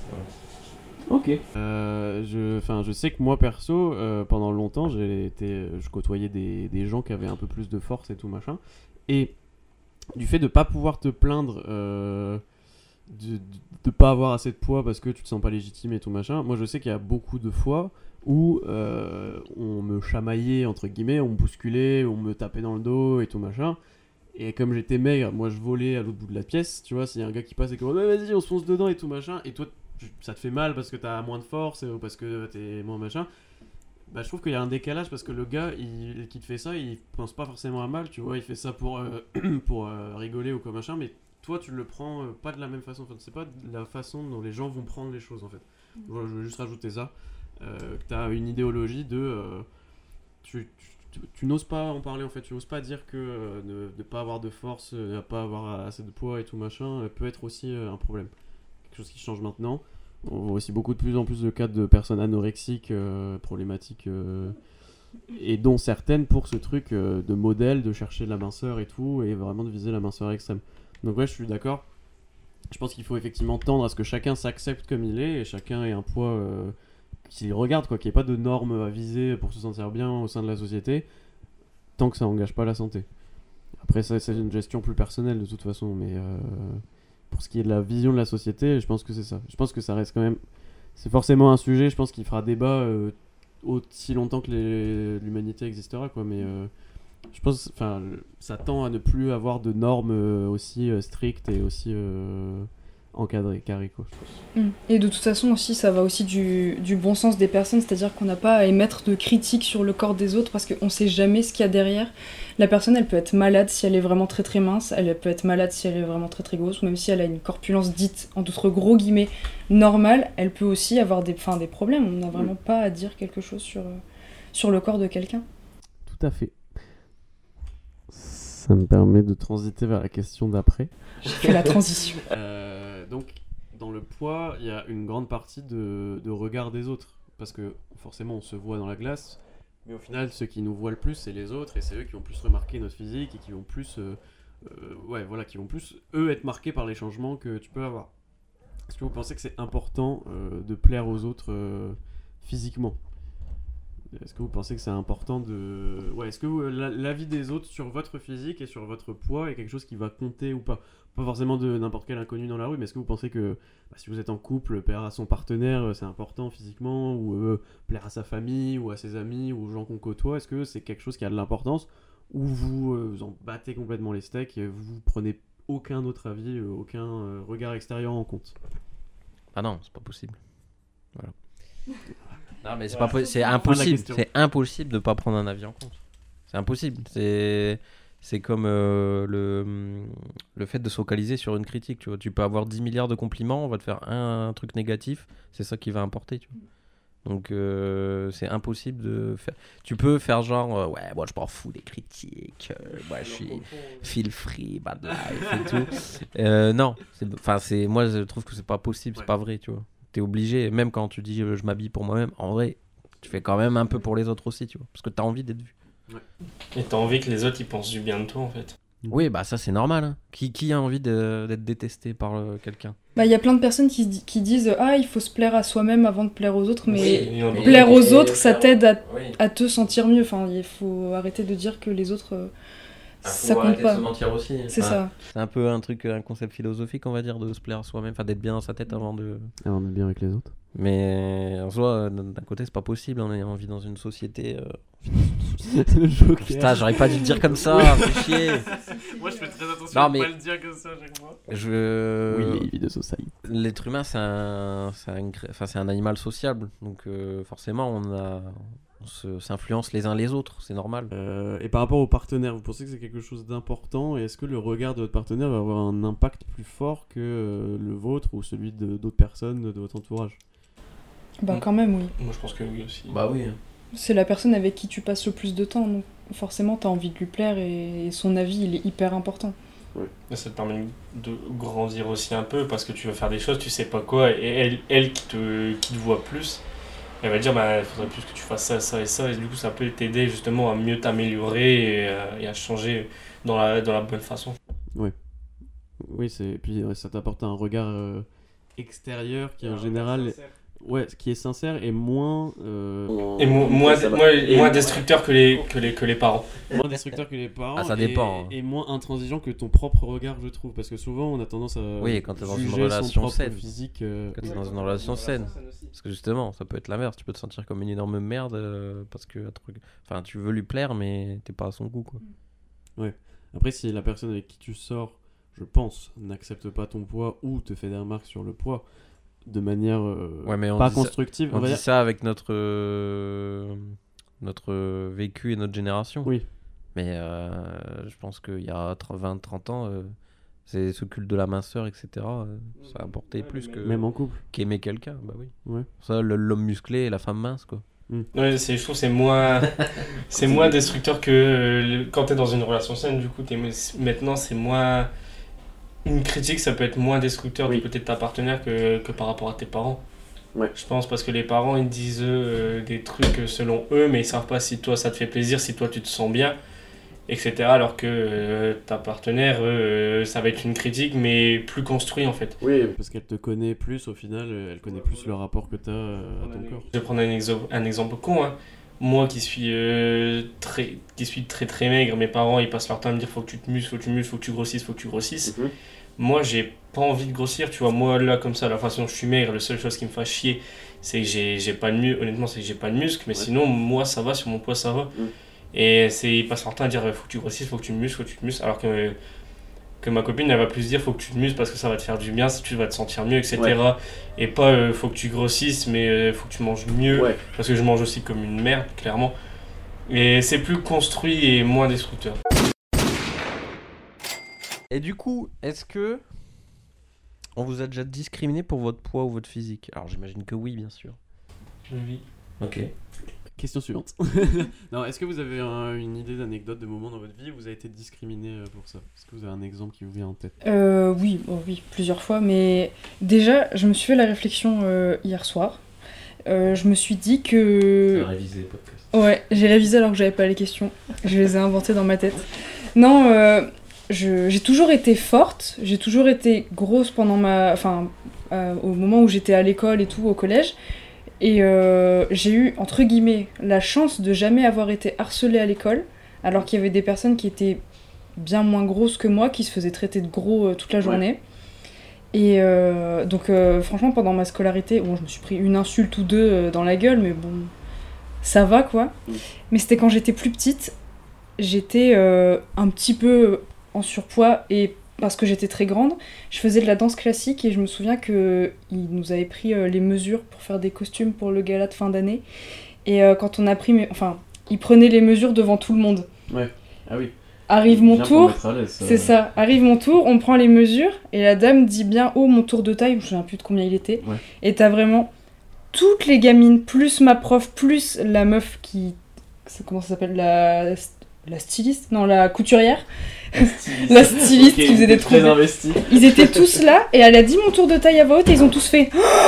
Ok. Euh, je, enfin, je sais que moi perso, euh, pendant longtemps, j'ai été, je côtoyais des, des gens qui avaient un peu plus de force et tout machin. Et du fait de pas pouvoir te plaindre, euh, de, de, de pas avoir assez de poids parce que tu te sens pas légitime et tout machin. Moi je sais qu'il y a beaucoup de fois où euh, on me chamaillait entre guillemets, on me bousculait, on me tapait dans le dos et tout machin. Et comme j'étais maigre, moi je volais à l'autre bout de la pièce, tu vois, s'il y a un gars qui passe et qui dit ouais, vas-y on se fonce dedans et tout machin, et toi tu, ça te fait mal parce que t'as moins de force ou parce que t'es moins machin. Bah, je trouve qu'il y a un décalage parce que le gars il, qui te fait ça, il pense pas forcément à mal, tu vois, il fait ça pour, euh, pour euh, rigoler ou quoi machin, mais toi tu le prends euh, pas de la même façon, enfin, c'est pas de la façon dont les gens vont prendre les choses en fait. Voilà, je veux juste rajouter ça, euh, que t'as une idéologie de. Euh, tu, tu, tu, tu n'oses pas en parler en fait, tu n'oses pas dire que euh, ne, ne pas avoir de force, ne pas avoir assez de poids et tout machin euh, peut être aussi euh, un problème. Quelque chose qui change maintenant. On voit aussi beaucoup de plus en plus de cas de personnes anorexiques, euh, problématiques, euh, et dont certaines pour ce truc euh, de modèle, de chercher de la minceur et tout, et vraiment de viser la minceur extrême. Donc ouais, je suis d'accord. Je pense qu'il faut effectivement tendre à ce que chacun s'accepte comme il est, et chacun ait un poids euh, qu'il regarde, quoi, qu'il n'y ait pas de normes à viser pour se sentir bien au sein de la société, tant que ça n'engage pas la santé. Après, ça, c'est une gestion plus personnelle de toute façon, mais... Euh... Pour ce qui est de la vision de la société, je pense que c'est ça. Je pense que ça reste quand même... C'est forcément un sujet, je pense, qui fera débat euh, aussi longtemps que les... l'humanité existera, quoi. Mais euh, je pense... Enfin, ça tend à ne plus avoir de normes euh, aussi euh, strictes et aussi euh, encadrées, carrées, quoi, je pense. Et de toute façon aussi, ça va aussi du, du bon sens des personnes, c'est-à-dire qu'on n'a pas à émettre de critiques sur le corps des autres parce qu'on sait jamais ce qu'il y a derrière. La personne, elle peut être malade si elle est vraiment très très mince, elle peut être malade si elle est vraiment très très grosse, ou même si elle a une corpulence dite, en d'autres gros guillemets, normale, elle peut aussi avoir des, enfin, des problèmes. On n'a vraiment pas à dire quelque chose sur, sur le corps de quelqu'un. Tout à fait. Ça me permet de transiter vers la question d'après. J'ai fait la transition. euh, donc, dans le poids, il y a une grande partie de, de regard des autres. Parce que forcément, on se voit dans la glace. Mais au final, ceux qui nous voient le plus, c'est les autres, et c'est eux qui vont plus remarquer notre physique et qui vont plus, euh, euh, ouais, voilà, qui vont plus eux être marqués par les changements que tu peux avoir. Est-ce que vous pensez que c'est important euh, de plaire aux autres euh, physiquement ? Est-ce que vous pensez que c'est important de, ouais, est-ce que euh, la, l'avis des autres sur votre physique et sur votre poids est quelque chose qui va compter ou pas ? Pas forcément de n'importe quel inconnu dans la rue, mais est-ce que vous pensez que bah, si vous êtes en couple, plaire à son partenaire, c'est important physiquement, ou euh, plaire à sa famille, ou à ses amis, ou aux gens qu'on côtoie, est-ce que c'est quelque chose qui a de l'importance, ou vous euh, vous en battez complètement les steaks et vous prenez aucun autre avis, euh, aucun euh, regard extérieur en compte ? Ah non, c'est pas possible. Voilà. Non mais c'est pas po- c'est impossible, c'est impossible de pas prendre un avis en compte. C'est impossible. C'est c'est comme euh, le le fait de se focaliser sur une critique, tu vois. Tu peux avoir dix milliards de compliments, on va te faire un, un truc négatif, c'est ça qui va importer, tu vois. Donc euh, c'est impossible de faire. Tu peux faire genre euh, ouais, moi je m'en fous des critiques, euh, moi je suis feel free, bad life et tout. Euh, non, enfin c'est moi je trouve que c'est pas possible, c'est pas vrai, tu vois. T'es obligé, même quand tu dis euh, je m'habille pour moi-même, en vrai, tu fais quand même un peu pour les autres aussi, tu vois, parce que t'as envie d'être vu. Ouais. Et t'as envie que les autres ils pensent du bien de toi en fait. Oui, bah ça c'est normal. Hein. Qui, qui a envie de, d'être détesté par euh, quelqu'un ? Bah, il y a plein de personnes qui, qui disent ah il faut se plaire à soi-même avant de plaire aux autres, mais Oui, mais plaire aux et- autres ça t'aide à, Oui. à te sentir mieux. Enfin, il faut arrêter de dire que les autres euh, ça compte pas. Se mentir aussi. C'est Enfin, ça. C'est un peu un truc, un concept philosophique, on va dire, de se plaire à soi-même, enfin d'être bien dans sa tête avant de. Ah, on est bien avec les autres. Mais en soi, d'un d'un côté, c'est pas possible, on est- on vit dans une société. Euh... Le Joker. Putain, j'aurais pas dû le dire comme ça, fais chier. Moi je fais très attention Non, à mais- pas le dire comme ça à chaque fois. Je. Oui, vie de society. L'être humain, c'est un, c'est un, gré- enfin, c'est un animal sociable, donc euh, forcément, on a, on se, s'influence les uns les autres, c'est normal. Euh, et par rapport aux partenaires, vous pensez que c'est quelque chose d'important, et est-ce que le regard de votre partenaire va avoir un impact plus fort que euh, le vôtre ou celui de, d'autres personnes de votre entourage ? Bah quand même oui. Moi je pense que oui aussi. Bah oui. C'est la personne avec qui tu passes le plus de temps, donc forcément t'as envie de lui plaire et son avis il est hyper important. Mais ça te permet de grandir aussi un peu parce que tu vas faire des choses, tu sais pas quoi, et elle, elle qui, te, qui te voit plus, elle va te dire bah il faudrait plus que tu fasses ça, ça et ça, et du coup ça peut t'aider justement à mieux t'améliorer et à, et à changer dans la, dans la bonne façon. Oui, c'est... puis ouais, ça t'apporte un regard euh, extérieur qui en général... ouais, qui est sincère et moins. euh, Et mo- moins, ça va. moins, Et- moins destructeur que les, que, les, que les parents. moins destructeur que les parents. Ah, ça et- dépend, hein. Et, moins intransigeant que ton propre regard, je trouve. Parce que souvent, on a tendance à. Oui, quand t'es dans une juger son relation propre saine. physique. euh, Quand t'es oui. dans une relation saine. Parce que justement, ça peut être l'inverse. Tu peux te sentir comme une énorme merde euh, parce que un truc... enfin, tu veux lui plaire, mais t'es pas à son goût, quoi. Après, si la personne avec qui tu sors, je pense, n'accepte pas ton poids ou te fait des remarques sur le poids de manière euh, Ouais, mais on pas dit ça- constructive, On va dit dire- ça avec notre euh, notre euh, vécu et notre génération. Oui. Mais euh, je pense qu'il y a vingt trente ans, euh, c'est ce culte de la minceur, et cetera. euh, ça a apporté plus que Même en couple. qu'aimer quelqu'un. Bah oui. Ouais. Ça, le- l'homme musclé et la femme mince, quoi. Ouais, c'est, je trouve que c'est moins, c'est moins destructeur que euh, le- quand t'es dans une relation saine. Du coup, t'es, maintenant, c'est moins. Une critique, ça peut être moins destructeur Oui. du côté de ta partenaire que, que par rapport à tes parents. Ouais. Je pense parce que les parents, ils disent euh, des trucs selon eux, mais ils savent pas si toi ça te fait plaisir, si toi tu te sens bien, et cetera. Alors que euh, ta partenaire, euh, ça va être une critique, mais plus construit en fait. Oui, parce qu'elle te connaît plus au final, euh, elle connaît plus le rapport que tu as à ton corps. Je vais prendre un, exo- un exemple con. Hein. Moi qui suis, euh, très, qui suis très très maigre, mes parents ils passent leur temps à me dire faut que tu te muscles, faut que tu muscles, faut que tu grossisses, faut que tu grossisses. Mhm. Moi j'ai pas envie de grossir, tu vois. Moi là, comme ça, la façon dont je suis maigre, la seule chose qui me fait chier, c'est que j'ai, j'ai pas de muscle. Honnêtement, c'est que j'ai pas de muscle, mais Ouais. sinon, moi ça va, sur mon poids ça va. Mhm. Et c'est, ils passent leur temps à dire faut que tu grossisses, faut que tu te muscles, faut que tu te muscles. Alors que. que ma copine elle va plus dire faut que tu te muscles parce que ça va te faire du bien, si tu vas te sentir mieux, et cetera. Et pas euh, faut que tu grossisses, mais euh, faut que tu manges mieux, Ouais. parce que je mange aussi comme une merde, clairement. Et c'est plus construit et moins destructeur. Et du coup, est-ce que on vous a déjà discriminé pour votre poids ou votre physique? Alors j'imagine que oui, bien sûr. Oui. Ok. Question suivante. Non, est-ce que vous avez un- une idée d'anecdote, de moment dans votre vie où vous avez été discriminé euh, pour ça? Est-ce que vous avez un exemple qui vous vient en tête? Euh, oui, bon, oui, plusieurs fois, mais déjà, je me suis fait la réflexion euh, hier soir. Euh, je me suis dit que... Réviser les podcasts. Ouais, j'ai révisé alors que j'avais pas les questions. Je les ai inventées dans ma tête. Non, euh, je- j'ai toujours été forte, j'ai toujours été grosse pendant ma... Enfin, euh, au moment où j'étais à l'école et tout, au collège. Et euh, j'ai eu, entre guillemets, la chance de jamais avoir été harcelée à l'école, alors qu'il y avait des personnes qui étaient bien moins grosses que moi, qui se faisaient traiter de gros euh, toute la journée. Et euh, donc, euh, franchement, pendant ma scolarité, bon, je me suis pris une insulte ou deux euh, dans la gueule, mais bon, ça va quoi. Mm. Mais c'était quand j'étais plus petite, j'étais euh, un petit peu en surpoids, et parce que j'étais très grande, je faisais de la danse classique, et je me souviens qu'ils nous avaient pris euh, les mesures pour faire des costumes pour le gala de fin d'année. Et euh, quand on a pris, mes... enfin, ils prenaient les mesures devant tout le monde. Ouais. Ah oui. Arrive mon Bien pour tour. mettre à l'aise, C'est ça, arrive mon tour, on prend les mesures, et la dame dit bien haut mon tour de taille, je me souviens plus de combien il était, Ouais. et t'as vraiment toutes les gamines, plus ma prof, plus la meuf qui... c'est- comment ça s'appelle, la... la styliste? Non, la couturière. La styliste qui faisait des très trucs. investi. Ils étaient tous là, et elle a dit mon tour de taille à voix haute, et ils ont tous fait...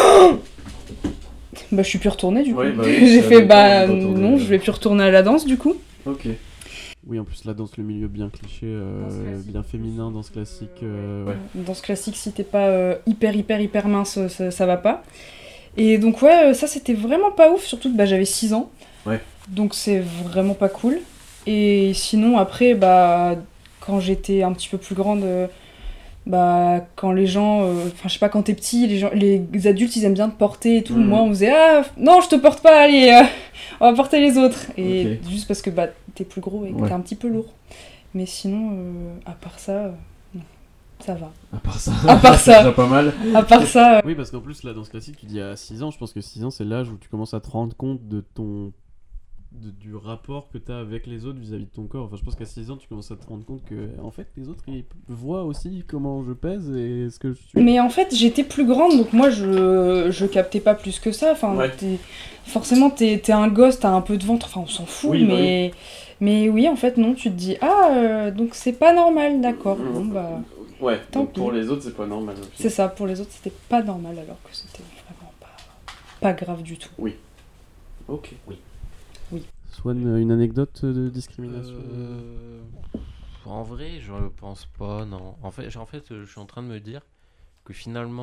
Bah je suis plus retournée du coup. Ouais, bah oui, J'ai ça fait dépend bah quand on est- non, je vais plus retourner à la danse du coup. Ok. Oui, en plus la danse, le milieu bien cliché, euh, Danse classique. bien féminin, danse classique. euh, ouais. Dans ce classique, si t'es pas euh, hyper hyper hyper mince, ça, ça va pas. Et donc ouais, euh, ça c'était vraiment pas ouf, surtout que bah, j'avais six ans. Ouais. Donc c'est vraiment pas cool. Et sinon après, bah quand j'étais un petit peu plus grande, euh, bah quand les gens, euh, enfin je sais pas, quand t'es petit, les gens, les adultes ils aiment bien te porter et tout. Mhm. Moi on faisait ah non je te porte pas, allez, euh, on va porter les autres. Et Ok. juste parce que bah t'es plus gros et que Ouais. t'es un petit peu lourd. Mais sinon, euh, à part ça, euh, non, ça va. À part ça. À part c'est ça. déjà pas mal. À part ça, euh, Oui, parce qu'en plus, la danse classique, tu dis à six ans, je pense que six ans, c'est l'âge où tu commences à te rendre compte de ton. de- du rapport que tu as avec les autres vis-à-vis de ton corps. Enfin, je pense qu'à six ans, tu commences à te rendre compte que, en fait, les autres, ils voient aussi comment je pèse et ce que je suis. mais en fait, j'étais plus grande, donc moi, je, je captais pas plus que ça. Enfin, Ouais. t'es- forcément, t'es t'es un gosse, t'as un peu de ventre, enfin, on s'en fout, Oui, bah mais... mais oui, en fait, non, tu te dis, ah, euh, donc c'est pas normal, d'accord. Bon, bah, Ouais, tant donc pour pis. les autres, c'est pas normal. ok. c'est ça, pour les autres, c'était pas normal, alors que c'était vraiment pas, pas grave du tout. Ok. Oui. Swan, une anecdote de discrimination Euh, En vrai, je pense pas, non. En fait, j'- en fait, je suis en train de me dire que finalement,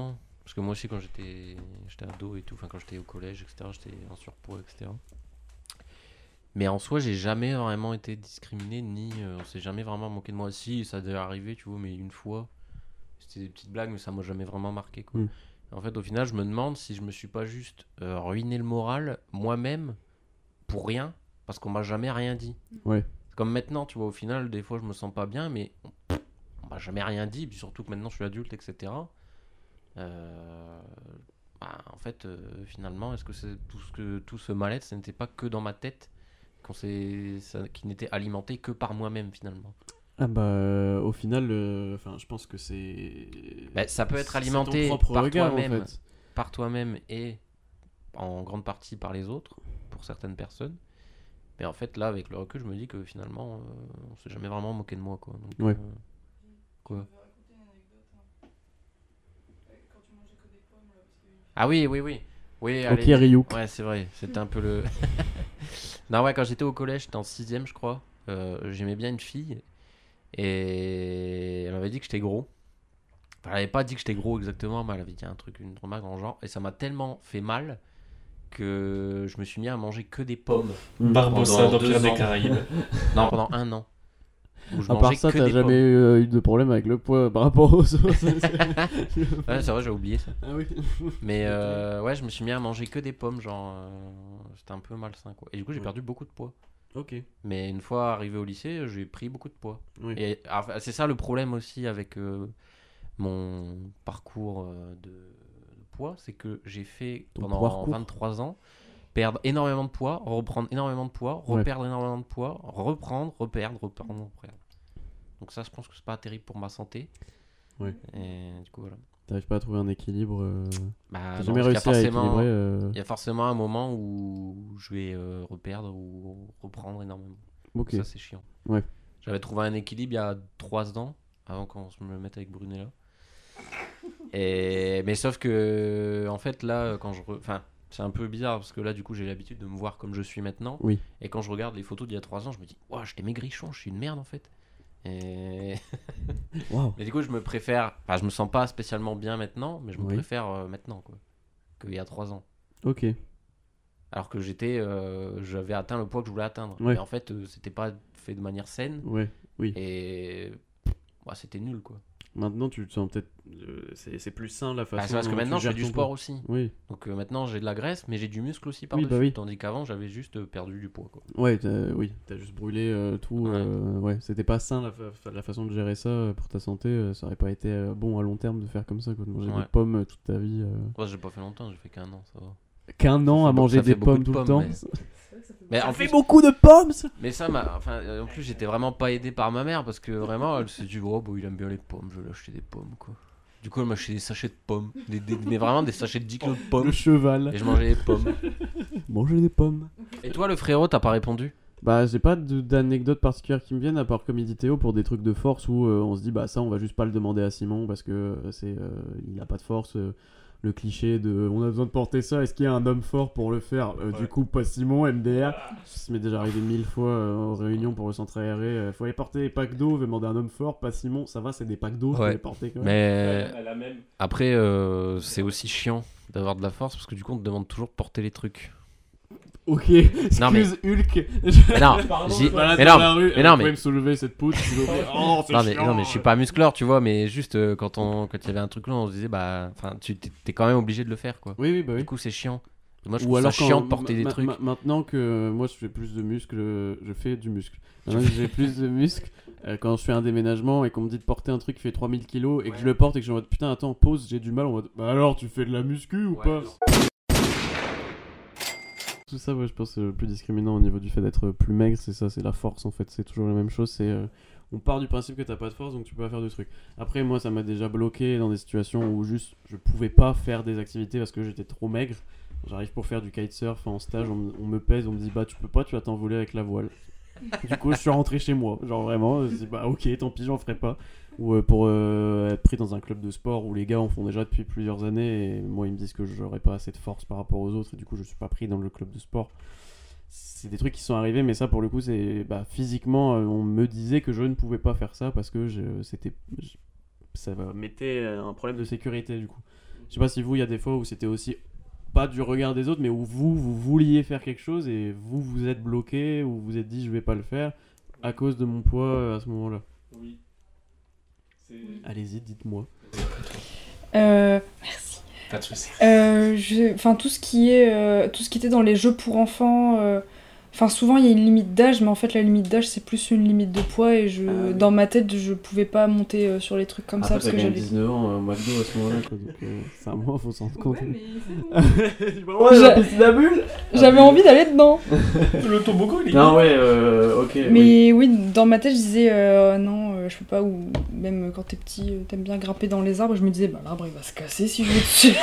Parce que moi aussi, quand j'étais, j'étais ado et tout, enfin quand j'étais au collège, et cetera, j'étais en surpoids, et cetera. Mais en soi, j'ai jamais vraiment été discriminé, ni euh, on s'est jamais vraiment moqué de moi. Si, ça devait arriver, tu vois, mais une fois, c'était des petites blagues, mais ça m'a jamais vraiment marqué, quoi. Mm. En fait, au final, je me demande si je me suis pas juste euh, ruiné le moral moi-même pour rien, parce qu'on m'a jamais rien dit. Ouais. C'est comme maintenant, tu vois, au final, des fois, je me sens pas bien, mais on, on m'a jamais rien dit, puis surtout que maintenant, je suis adulte, et cetera. Euh, bah, en fait, euh, finalement, est-ce que c'est tout ce que tout ce mal-être, ce n'était pas que dans ma tête, qu'on s'est, ça, qui n'était alimenté que par moi-même, finalement. Ah bah euh, au final, euh, enfin je pense que c'est. Bah, ça peut être c'est alimenté ton propre par regard, toi-même, en fait. par toi-même et en grande partie par les autres, pour certaines personnes. Mais en fait, là, avec le recul, je me dis que finalement, euh, on s'est jamais vraiment moqué de moi, quoi. Donc, Ouais. euh, quoi. Ah oui, oui, oui. Oui, Ok, allez. Ryuk. Ouais, c'est vrai. C'était un peu le. Non, ouais, quand j'étais au collège, j'étais en sixième, je crois. Euh, j'aimais bien une fille. Et elle m'avait dit que j'étais gros. Enfin, elle avait pas dit que j'étais gros exactement, mais elle avait dit un truc, une remarque dans le genre. Et ça m'a tellement fait mal que je me suis mis à manger que des pommes. Barbossa Pendant d'Empire deux des ans. Caraïbes. Non, pendant un an. Où je À mangeais part ça, que t'as des jamais pommes. eu, euh, eu de problème avec le poids par rapport aux autres. Ouais, c'est vrai, j'ai oublié ça. Ah oui. Mais euh, ouais, je me suis mis à manger que des pommes, genre. euh, C'était un peu malsain, quoi. Et du coup, j'ai Ouais. perdu beaucoup de poids. Ok. Mais une fois arrivé au lycée, j'ai pris beaucoup de poids. Oui. Et enfin, c'est ça le problème aussi avec euh, mon parcours euh, de, de poids, c'est que j'ai fait Ton pendant parcours. vingt-trois ans perdre énormément de poids, reprendre énormément de poids, Ouais. reperdre énormément de poids, reprendre, reperdre, reperdre, reperdre. Donc ça, je pense que c'est pas terrible pour ma santé. Ouais. Et du coup, voilà. T'arrives pas à trouver un équilibre. euh, Bah, T'as non, jamais parce qu'il y a réussi à forcément- équilibrer. euh, Il y a forcément un moment où je vais euh, reperdre ou reprendre énormément. Ok. Ça, c'est chiant. Ouais. J'avais trouvé un équilibre il y a trois ans, avant qu'on se me mette avec Brunella. Et... Mais sauf que, en fait, là, quand je. Re... Enfin, c'est un peu bizarre parce que là, du coup, j'ai l'habitude de me voir comme je suis maintenant. Oui. Et quand je regarde les photos d'il y a trois ans, je me dis, waouh, j'étais maigrichon, je suis une merde en fait. Et. Waouh. Mais du coup, je me préfère. Enfin, je me sens pas spécialement bien maintenant, mais je me Oui. préfère euh, maintenant, quoi. Qu'il y a trois ans. Ok. Alors que j'étais, euh, j'avais atteint le poids que je voulais atteindre. Ouais. Mais en fait, euh, c'était pas fait de manière saine. Ouais. Oui. Et bah, c'était nul, quoi. Maintenant, tu te sens peut-être. euh, c'est c'est plus sain la façon. Bah, c'est parce que dont maintenant, tu je fais gères du ton sport poids. aussi. Oui. Donc euh, maintenant, j'ai de la graisse, mais j'ai du muscle aussi Oui, par-dessus. bah oui. Tandis qu'avant, j'avais juste euh, perdu du poids, quoi. Ouais, t'as, oui, t'as juste brûlé euh, tout. Ouais. euh, ouais, c'était pas sain la, fa- la façon de gérer ça euh, pour ta santé. euh, ça aurait pas été euh, bon à long terme de faire comme ça, quoi, de manger Ouais. des pommes euh, toute ta vie. euh. Moi, j'ai pas fait longtemps, j'ai fait qu'un an, ça va. Qu'un an Ça à fait manger beaucoup- ça des fait beaucoup pommes de tout le pommes, temps. mais- Mais en Ça plus, fait beaucoup de pommes, ça. mais ça, m'a- enfin, euh, en plus, j'étais vraiment pas aidé par ma mère parce que vraiment, elle s'est dit, oh, bon, il aime bien les pommes, je vais lui acheter des pommes, quoi. Du coup, elle m'a acheté des sachets de pommes, des, des- mais vraiment des sachets de dix kilos de pommes. Le cheval. Et je mangeais les pommes. Manger des pommes. Et toi, le frérot, t'as pas répondu? Bah, j'ai pas de- d'anecdotes particulières qui me viennent, à part comme il dit Théo, pour des trucs de force où euh, on se dit, bah ça, on va juste pas le demander à Simon parce que euh, c'est, euh, il a pas de force. euh, le cliché de on a besoin de porter ça, est-ce qu'il y a un homme fort pour le faire? Euh, Du Ouais. coup, pas Simon, M D R. Ça m'est déjà arrivé mille fois euh, aux réunions pour le centre aéré. euh, faut aller porter des packs d'eau, veut demander un homme fort, pas Simon. Ça va, c'est des packs d'eau, je peux Ouais. les porter quand même. Mais Elle a même. après, euh, c'est aussi chiant d'avoir de la force parce que du coup, on te demande toujours de porter les trucs. Ok, Non, mais- excuse Hulk. Mais non, Pardon, j'y- je Balade mais dans non, la rue, mais euh, non, vous pouvez mais- me soulever cette poutre, s'il vous plaît. Oh, c'est non mais, chiant. non mais je suis pas muscleur, tu vois, mais juste euh, quand on quand il y avait un truc là, on se disait bah, enfin, tu t'es t'es quand même obligé de le faire, quoi. Oui, oui, bah oui. Du coup, c'est chiant. Moi, je Ou trouve alors ça quand- chiant de porter ma- des ma- trucs. ma- maintenant que moi je fais plus de muscles, euh, je fais du muscle. Maintenant que j'ai plus de muscles, euh, quand je fais un déménagement et qu'on me dit de porter un truc qui fait trois mille kilos et que je le porte et que je suis en mode putain attends pause, j'ai du mal, en mode bah alors tu fais de la muscu ou Ouais, pas? non. Tout ça, ouais, je pense euh, le plus discriminant au niveau du fait d'être plus maigre, c'est ça, c'est la force en fait, c'est toujours la même chose, c'est euh, on part du principe que t'as pas de force donc tu peux pas faire de trucs. Après moi ça m'a déjà bloqué dans des situations où juste je pouvais pas faire des activités parce que j'étais trop maigre. J'arrive pour faire du kitesurf en stage, on, me- on me pèse, on me dit bah tu peux pas, tu vas t'envoler avec la voile. Du coup je suis rentré chez moi, genre vraiment, je dis bah ok tant pis j'en ferai pas. Ou euh, pour euh, être pris dans un club de sport où les gars en font déjà depuis plusieurs années et moi ils me disent que j'aurais pas assez de force par rapport aux autres et du coup je suis pas pris dans le club de sport. C'est des trucs qui sont arrivés mais ça pour le coup c'est bah, physiquement euh, on me disait que je ne pouvais pas faire ça parce que je, c'était je- ça mettait un problème de sécurité du coup. Je sais pas si vous, il y a des fois où c'était aussi pas du regard des autres, mais où vous, vous vouliez faire quelque chose et vous, vous êtes bloqué, ou vous vous êtes dit je vais pas le faire à cause de mon poids euh, à ce moment-là. Oui. Allez-y, dites-moi. Euh, merci. Pas de soucis. Euh, je- Enfin, tout ce qui est, euh, tout ce qui était dans les jeux pour enfants. euh, Enfin, souvent il y a une limite d'âge, mais en fait la limite d'âge c'est plus une limite de poids et je, Ah oui. dans ma tête je pouvais pas monter euh, sur les trucs comme ça parce que j'avais. dix-neuf ans euh, au McDo à ce moment-là, quoi, donc euh, c'est à moi, faut s'en rendre compte. Ouais, J'a- piscine à bulles. J'avais envie d'aller dedans. Le toboggan, il est Non, ouais, euh, ok. oui. Mais oui, dans ma tête je disais euh, non, euh, je peux pas, ou même quand t'es petit, euh, t'aimes bien grimper dans les arbres, je me disais bah l'arbre il va se casser si je vais dessus.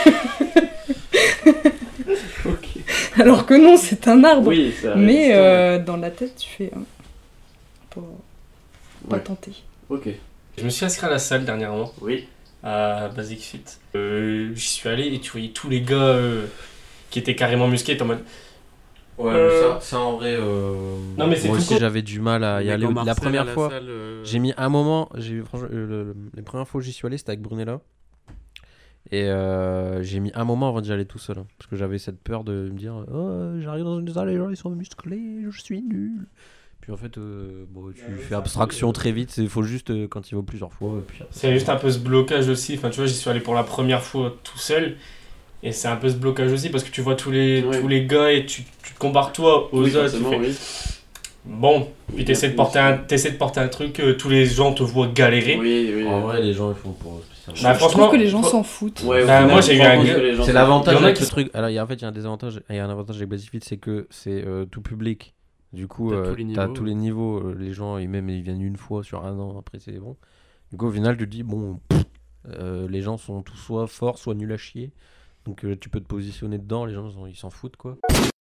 Ok. Alors que non, c'est un arbre. Oui, ça Mais reste, euh, dans la tête, tu fais. euh, pas, pas ouais. tenter. Ok. Je me suis inscrit à la salle dernièrement, Oui. à Basic Fit. Euh, J'y suis allé et tu voyais tous les gars euh, qui étaient carrément musclés, t'es en mode. Ouais, Euh, mais ça, ça en vrai. euh, Non, mais c'est moi tout aussi court. j'avais du mal à y Mais aller. quand La Marcel première à la fois, salle, euh, j'ai mis un moment. J'ai franchement euh, le- le- les premières fois où j'y suis allé, c'était avec Brunella. Et euh, j'ai mis un moment avant d'y aller tout seul, hein, parce que j'avais cette peur de me dire oh, j'arrive dans une salle, les gens ils sont musclés, je suis nul. Puis en fait, euh, bon, tu fais abstraction très vite, il faut juste euh, quand il va plusieurs fois. Et puis, C'est juste un peu ce blocage aussi. Enfin, tu vois, j'y suis allé pour la première fois tout seul. Et c'est un peu ce blocage aussi parce que tu vois tous les, Ouais. tous les gars et tu, tu te compares toi aux oui, autres. Tu forcément, fais, oui. bon, puis Oui, t'essaies de, oui, porter oui. un, t'essaies de porter un truc, euh, tous les gens te voient galérer. Oui, oui. en vrai, les gens ils font pour spécialement. Bah, Je franchement, trouve que les gens fr- s'en foutent. Ouais, au Bah, final, moi, j'ai je eu un pense gars- que les gens C'est sont- l'avantage Il y en a avec qui le sont- truc. Alors, il y a, en fait, il y a un désavantage. Il y a un avantage avec Basic Fit, c'est que c'est euh, tout public. Du coup, T'as euh, tous les t'as niveaux, tous ouais. les niveaux. euh, les gens, ils, même, ils viennent une fois sur un an. Après, c'est bon. Du coup, au final, tu te dis, bon, pff, euh, les gens sont tous soit forts, soit nuls à chier. Donc, euh, tu peux te positionner dedans. Les gens, ils s'en- ils s'en foutent, quoi.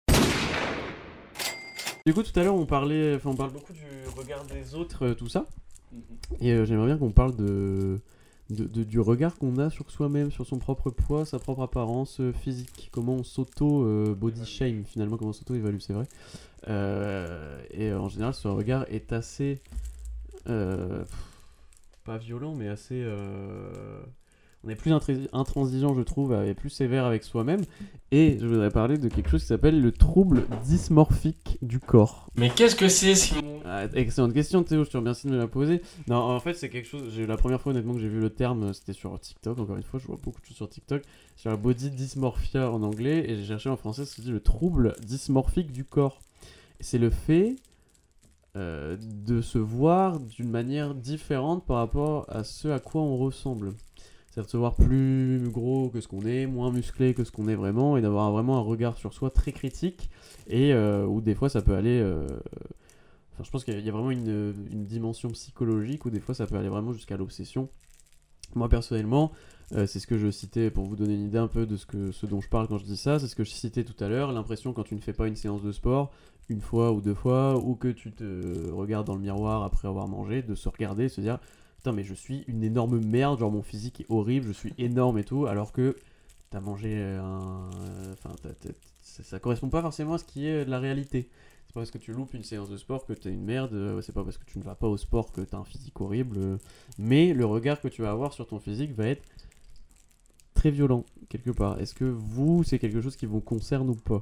Du coup, tout à l'heure, on parlait, enfin, on parle beaucoup du regard des autres, euh, tout ça. Et euh, j'aimerais bien qu'on parle de, de, de- du regard qu'on a sur soi-même, sur son propre poids, sa propre apparence euh, physique. Comment on s'auto-body shame, finalement, comment on s'auto-évalue, c'est vrai. Euh, et euh, en général, ce regard est assez. euh, pff, pas violent, mais assez. euh, on est plus intré- intransigeant, je trouve, et plus sévère avec soi-même. Et je voudrais parler de quelque chose qui s'appelle le trouble dysmorphique du corps. Mais qu'est-ce que c'est, Simon? Ah, excellente question, Théo, je te remercie de me la poser. Non, en fait, c'est quelque chose. J'ai la première fois, honnêtement, que j'ai vu le terme, c'était sur TikTok. Encore une fois, je vois beaucoup de choses sur TikTok. Sur la body dysmorphia en anglais, et j'ai cherché en français ce qui dit le trouble dysmorphique du corps. Et c'est le fait euh, de se voir d'une manière différente par rapport à ce à quoi on ressemble. C'est-à-dire de se voir plus gros que ce qu'on est, moins musclé que ce qu'on est vraiment, et d'avoir vraiment un regard sur soi très critique, et euh, où des fois ça peut aller. euh, Enfin, je pense qu'il y a vraiment une, une dimension psychologique où des fois ça peut aller vraiment jusqu'à l'obsession. Moi personnellement, euh, c'est ce que je citais pour vous donner une idée un peu de ce, que, ce dont je parle quand je dis ça, c'est ce que je citais tout à l'heure, l'impression quand tu ne fais pas une séance de sport, une fois ou deux fois, ou que tu te regardes dans le miroir après avoir mangé, de se regarder et se dire putain mais je suis une énorme merde, genre mon physique est horrible, je suis énorme et tout, alors que t'as mangé un... Enfin, t'as- t'as- ça, ça correspond pas forcément à ce qui est la réalité. C'est pas parce que tu loupes une séance de sport que t'es une merde, euh, c'est pas parce que tu ne vas pas au sport que t'as un physique horrible, euh, mais le regard que tu vas avoir sur ton physique va être très violent, quelque part. Est-ce que vous, c'est quelque chose qui vous concerne ou pas?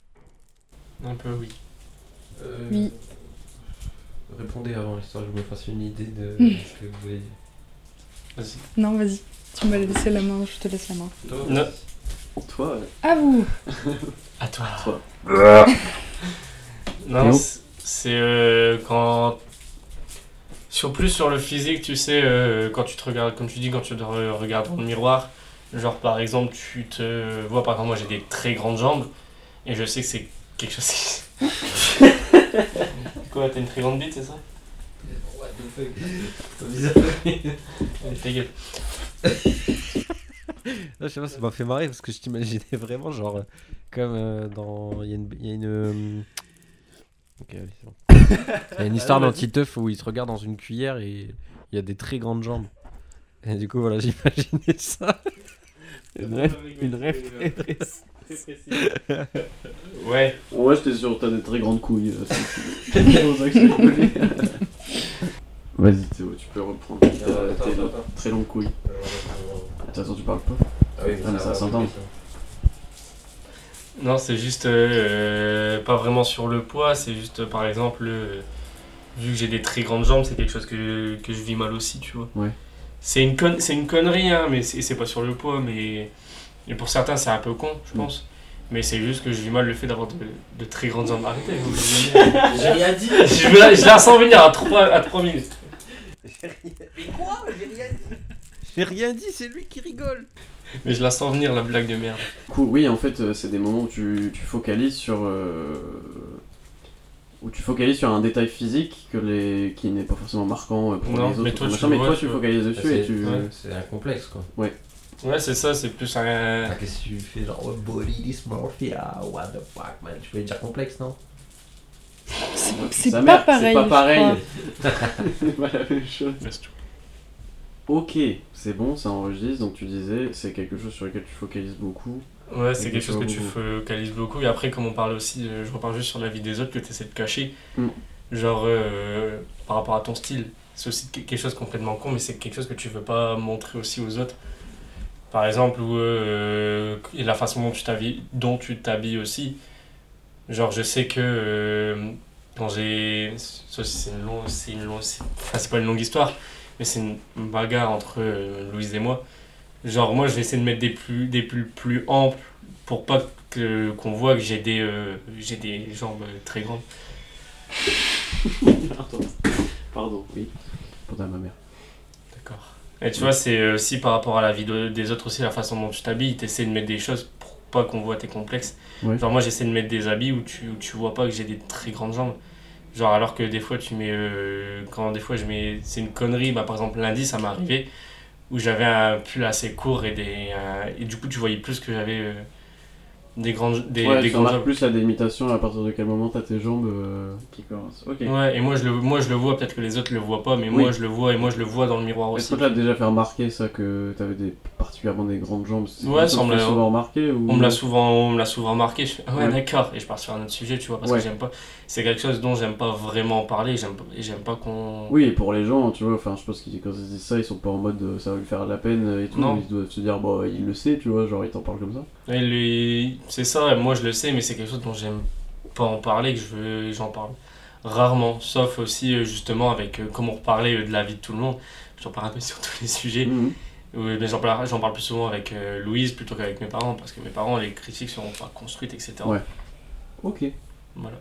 Un peu, oui. Euh, Oui. Répondez avant, histoire que je me fasse une idée de Mm. ce que vous avez dit. Vas-y. Non, vas-y. Tu m'as laissé la main, je te laisse la main. Non. Toi, À vous. À toi. toi. Non, Théo c'est- c'est euh, quand. Sur plus sur le physique, tu sais, euh, quand tu te regardes, comme tu dis, quand tu te re- regardes dans le miroir, genre par exemple, tu te vois, par exemple, moi j'ai des très grandes jambes, et je sais que c'est quelque chose qui. Quoi, t'as une très grande bite, c'est ça? What the fuck. Allez, ta gueule. Non, je sais pas, ça m'a fait marrer parce que je t'imaginais vraiment genre euh, comme euh, dans. Il y a une. il y a une, euh, Ok, allez, c'est bon. Il y a une histoire Allez, dans vas-y. Titeuf où il se regarde dans une cuillère et il y a des très grandes jambes. Et du coup, voilà, j'imaginais ça. Une rêve, une rêve très précise. Ouais. Ouais, j'étais sûr que t'as des très grandes couilles. euh, C'est c'est pour ça que je l'ai collé. Vas-y Théo, tu peux reprendre. Euh, attends, Tes attends, attends. très longues couilles. Attention, tu parles pas. Ah oui, Ah, mais ça va s'entendre. Non, c'est juste euh, pas vraiment sur le poids, c'est juste euh, par exemple, euh, vu que j'ai des très grandes jambes, c'est quelque chose que, que je vis mal aussi, tu vois. Ouais. C'est une, con- c'est une connerie, hein, mais c'est, c'est pas sur le poids, mais et pour certains c'est un peu con, je pense. Mais c'est juste que je vis mal le fait d'avoir de, de très grandes jambes. Arrêtez, vous J'ai rien dit. je, me la- je la sens venir à trois à trois minutes. J'ai rien... Mais quoi? J'ai rien dit. J'ai rien dit, c'est lui qui rigole. Mais je la sens venir, la blague de merde. Cool, oui, en fait, euh, c'est des moments où tu, tu focalises sur. euh, où tu focalises sur un détail physique que les, qui n'est pas forcément marquant euh, pour Non, les autres. mais toi, ou tu machin, le mais vois, toi, tu tu vois. focalises dessus c'est, et tu. ouais, c'est un complexe quoi. Ouais, c'est ça, c'est plus un. Ah, qu'est-ce que tu fais genre oh, body dysmorphia, what the fuck man? Tu voulais dire complexe non? C'est, c'est Sa pas mère, pareil. C'est pas je pareil. crois. C'est pas la même chose. Laisse tout. Ok, c'est bon, ça enregistre. Donc tu disais, c'est quelque chose sur lequel tu focalises beaucoup. Ouais, c'est Et quelque que chose tu que vois tu beaucoup. focalises beaucoup. Et après, comme on parle aussi, euh, je reparle juste sur la vie des autres que tu essaies de cacher. Mm. Genre, euh, par rapport à ton style. C'est aussi que- quelque chose de complètement con, mais c'est quelque chose que tu veux pas montrer aussi aux autres. Par exemple, ou euh, et la façon dont tu t'habilles, dont tu t'habilles aussi. Genre, je sais que euh, quand j'ai. Ça, c'est une longue. C'est une longue. c'est- Enfin, c'est pas une longue histoire, mais c'est une une bagarre entre euh, Louise et moi. Genre, moi, je vais essayer de mettre des pulls, des pulls plus amples pour pas que, qu'on voit que j'ai des, euh, j'ai des jambes très grandes. Pardon. Pardon, oui. Pour à ma mère. D'accord. Et tu vois, c'est aussi par rapport à la vie de- des autres aussi, la façon dont tu t'habilles. Tu essaies de mettre des choses pour pas qu'on voit tes complexes. Ouais. Genre, moi, j'essaie de mettre des habits où tu, où tu vois pas que j'ai des très grandes jambes. Genre, alors que des fois, tu mets. euh, quand des fois, je mets. C'est une connerie. Bah, par exemple, lundi, ça m'est arrivé où j'avais un pull assez court et des. euh, et du coup, tu voyais plus que j'avais euh, des grandes, des, Ouais, des tu grandes remarques jambes. plus la délimitation à partir de quel moment t'as tes jambes euh, qui commencent. Ok. Ouais, et moi je, le, moi je le vois, peut-être que les autres le voient pas, mais Oui. moi je le vois et moi je le vois dans le miroir Est-ce aussi. que t'as déjà fait remarquer ça, que t'avais des, particulièrement des grandes jambes? C'est Ouais, quelque chose ça, on que me tu l'a- fais souvent remarqué ou... On me l'a souvent, on me l'a souvent remarqué, je fais ah ouais, Ouais. d'accord, et je pars sur un autre sujet, tu vois, parce Ouais. que j'aime pas. C'est quelque chose dont j'aime pas vraiment parler, j'aime pas- et j'aime pas qu'on. Oui, et pour les gens, tu vois, enfin, je pense que quand ils disent ça, ils sont pas en mode euh, ça va lui faire de la peine euh, et tout, Non. ils doivent se dire, bah, il le sait, tu vois, genre, il t'en parle comme ça. Et lui, c'est ça, moi je le sais, mais c'est quelque chose dont j'aime pas en parler, que je veux, j'en parle rarement, sauf aussi euh, justement avec, euh, comme on reparlait euh, de la vie de tout le monde, j'en parle un peu sur tous les sujets, Mhm. euh, mais j'en parle, j'en parle plus souvent avec euh, Louise plutôt qu'avec mes parents, parce que mes parents, les critiques seront pas construites, et cetera. Ouais. Ok. Voilà.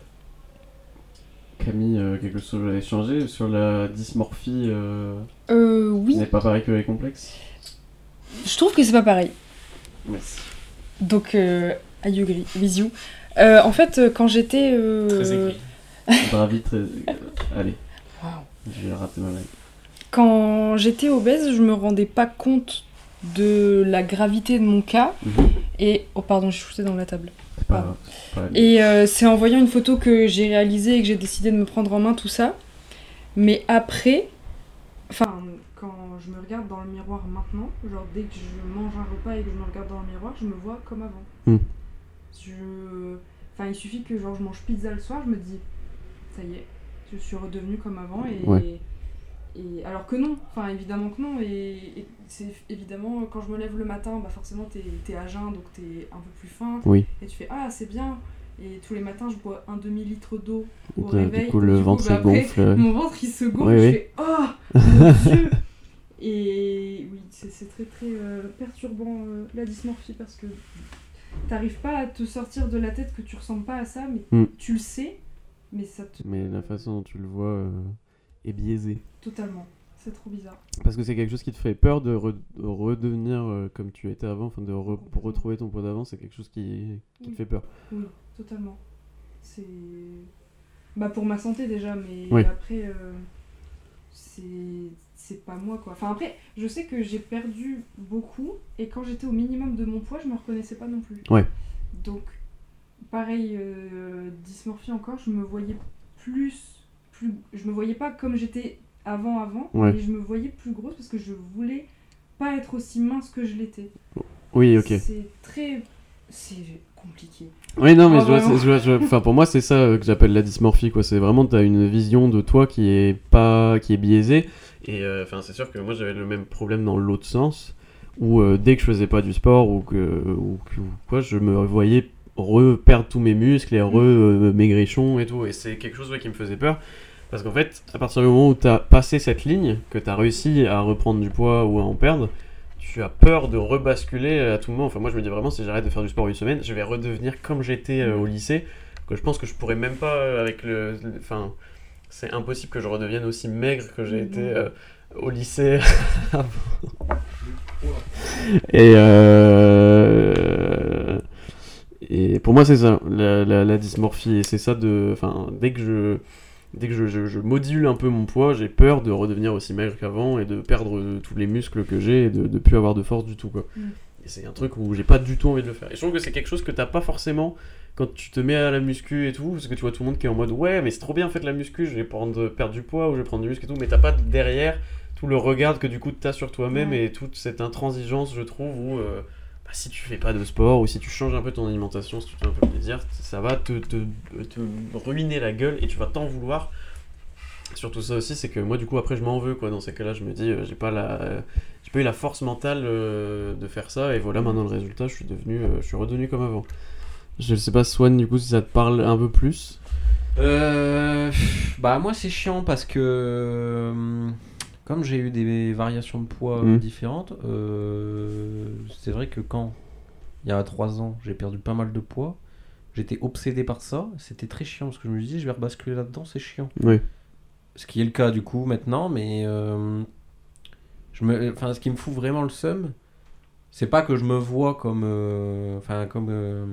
Camille, euh, quelque chose que vous avez changé sur la dysmorphie euh, Euh, oui, qui n'est pas pareil que les complexes? je trouve que c'est pas pareil. Merci. Donc, euh, I agree, with you. Euh, en fait, euh, quand j'étais. euh, Très aigri. Bravi, très... euh, allez, Waouh. je vais rater ma blague. Quand j'étais obèse, je me rendais pas compte de la gravité de mon cas. Mhm. Et. Oh, pardon, j'ai shooté dans la table. C'est pas Ah. grave, c'est pas grave. Et euh, c'est en voyant une photo que j'ai réalisée et que j'ai décidé de me prendre en main tout ça. Mais après, enfin, quand je me regarde dans le miroir maintenant, genre dès que je mange un repas et que je me regarde dans le miroir, je me vois comme avant. Hmm. Je... Enfin, il suffit que genre, je mange pizza le soir, je me dis, ça y est, je suis redevenue comme avant. Et, Ouais. et alors que non, enfin évidemment que non. Et, et c'est évidemment, quand je me lève le matin, bah forcément t'es, t'es à jeun, donc t'es un peu plus fin. Oui. Et tu fais, ah c'est bien. Et tous les matins, je bois un demi-litre d'eau au Du réveil. coup, le Du ventre bah, il après, gonfle. euh. Mon ventre il se gonfle, Oui, je oui. fais, oh mon dieu. Et oui, c'est, c'est très très euh, perturbant euh, la dysmorphie parce que t'arrives pas à te sortir de la tête que tu ressembles pas à ça, mais Mm. tu le sais, mais ça te. Mais la façon dont tu le vois euh, est biaisée. Totalement. C'est trop bizarre. Parce que c'est quelque chose qui te fait peur de, re- de redevenir euh, comme tu étais avant, enfin de re- pour retrouver ton poids d'avant, c'est quelque chose qui, qui te Oui. fait peur. Oui, totalement. C'est. Bah pour ma santé déjà, mais Oui. après, euh, c'est... c'est pas moi quoi. Enfin après, je sais que j'ai perdu beaucoup et quand j'étais au minimum de mon poids, je me reconnaissais pas non plus. Ouais. Donc, pareil, euh, dysmorphie encore, je me voyais plus, plus. Je me voyais pas comme j'étais avant, avant, Ouais. mais je me voyais plus grosse parce que je voulais pas être aussi mince que je l'étais. Oui, ok. C'est très. C'est compliqué. Oui, non, mais Ah, je vois, vraiment. c'est- je vois- je vois- enfin, pour moi, c'est ça euh, que j'appelle la dysmorphie, quoi. C'est vraiment, t'as une vision de toi qui est pas, qui est biaisée. Et euh, enfin, c'est sûr que moi, j'avais le même problème dans l'autre sens, où euh, dès que je faisais pas du sport ou que ou, que- ou quoi, je me voyais reperdre tous mes muscles et re-maigrichon et tout. Et c'est quelque chose ouais, qui me faisait peur. Parce qu'en fait, à partir du moment où tu as passé cette ligne, que tu as réussi à reprendre du poids ou à en perdre, tu as peur de rebasculer à tout moment. Enfin, moi, je me dis vraiment, si j'arrête de faire du sport une semaine, je vais redevenir comme j'étais euh, au lycée. Que je pense que je pourrais même pas, euh, avec le. le- Enfin, c'est impossible que je redevienne aussi maigre que j'ai été euh, au lycée avant. Et, euh, et pour moi, c'est ça, la, la, la dysmorphie. Et c'est ça de. Enfin, dès que je. Dès que je, je, je module un peu mon poids, j'ai peur de redevenir aussi maigre qu'avant et de perdre euh, tous les muscles que j'ai et de ne plus avoir de force du tout, quoi. Mm. Et c'est un truc où j'ai pas du tout envie de le faire. Et je trouve que c'est quelque chose que t'as pas forcément quand tu te mets à la muscu et tout, parce que tu vois tout le monde qui est en mode ouais, mais c'est trop bien, faites la muscu, je vais prendre, perdre du poids ou je vais prendre du muscle et tout, mais t'as pas derrière tout le regard que du coup t'as sur toi-même Ouais. et toute cette intransigeance, je trouve, où euh, bah, si tu fais pas de sport ou si tu changes un peu ton alimentation, si tu te fais un peu plaisir, ça va te, te, te ruiner la gueule et tu vas t'en vouloir. Surtout ça aussi, c'est que moi du coup après je m'en veux quoi. Dans ces cas-là, je me dis euh, j'ai pas la, euh, j'ai pas eu la force mentale euh, de faire ça et voilà maintenant le résultat, je suis devenu, euh, je suis redevenu comme avant. Je sais pas Swan du coup si ça te parle un peu plus. Euh, bah moi c'est chiant parce que euh, comme j'ai eu des variations de poids euh, Mm. différentes, euh, c'est vrai que quand il y a trois ans j'ai perdu pas mal de poids, j'étais obsédé par ça, c'était très chiant parce que je me disais je vais rebasculer là-dedans, c'est chiant. Oui. Ce qui est le cas du coup maintenant, mais euh, je me, enfin ce qui me fout vraiment le seum, c'est pas que je me vois comme, euh, enfin comme, euh,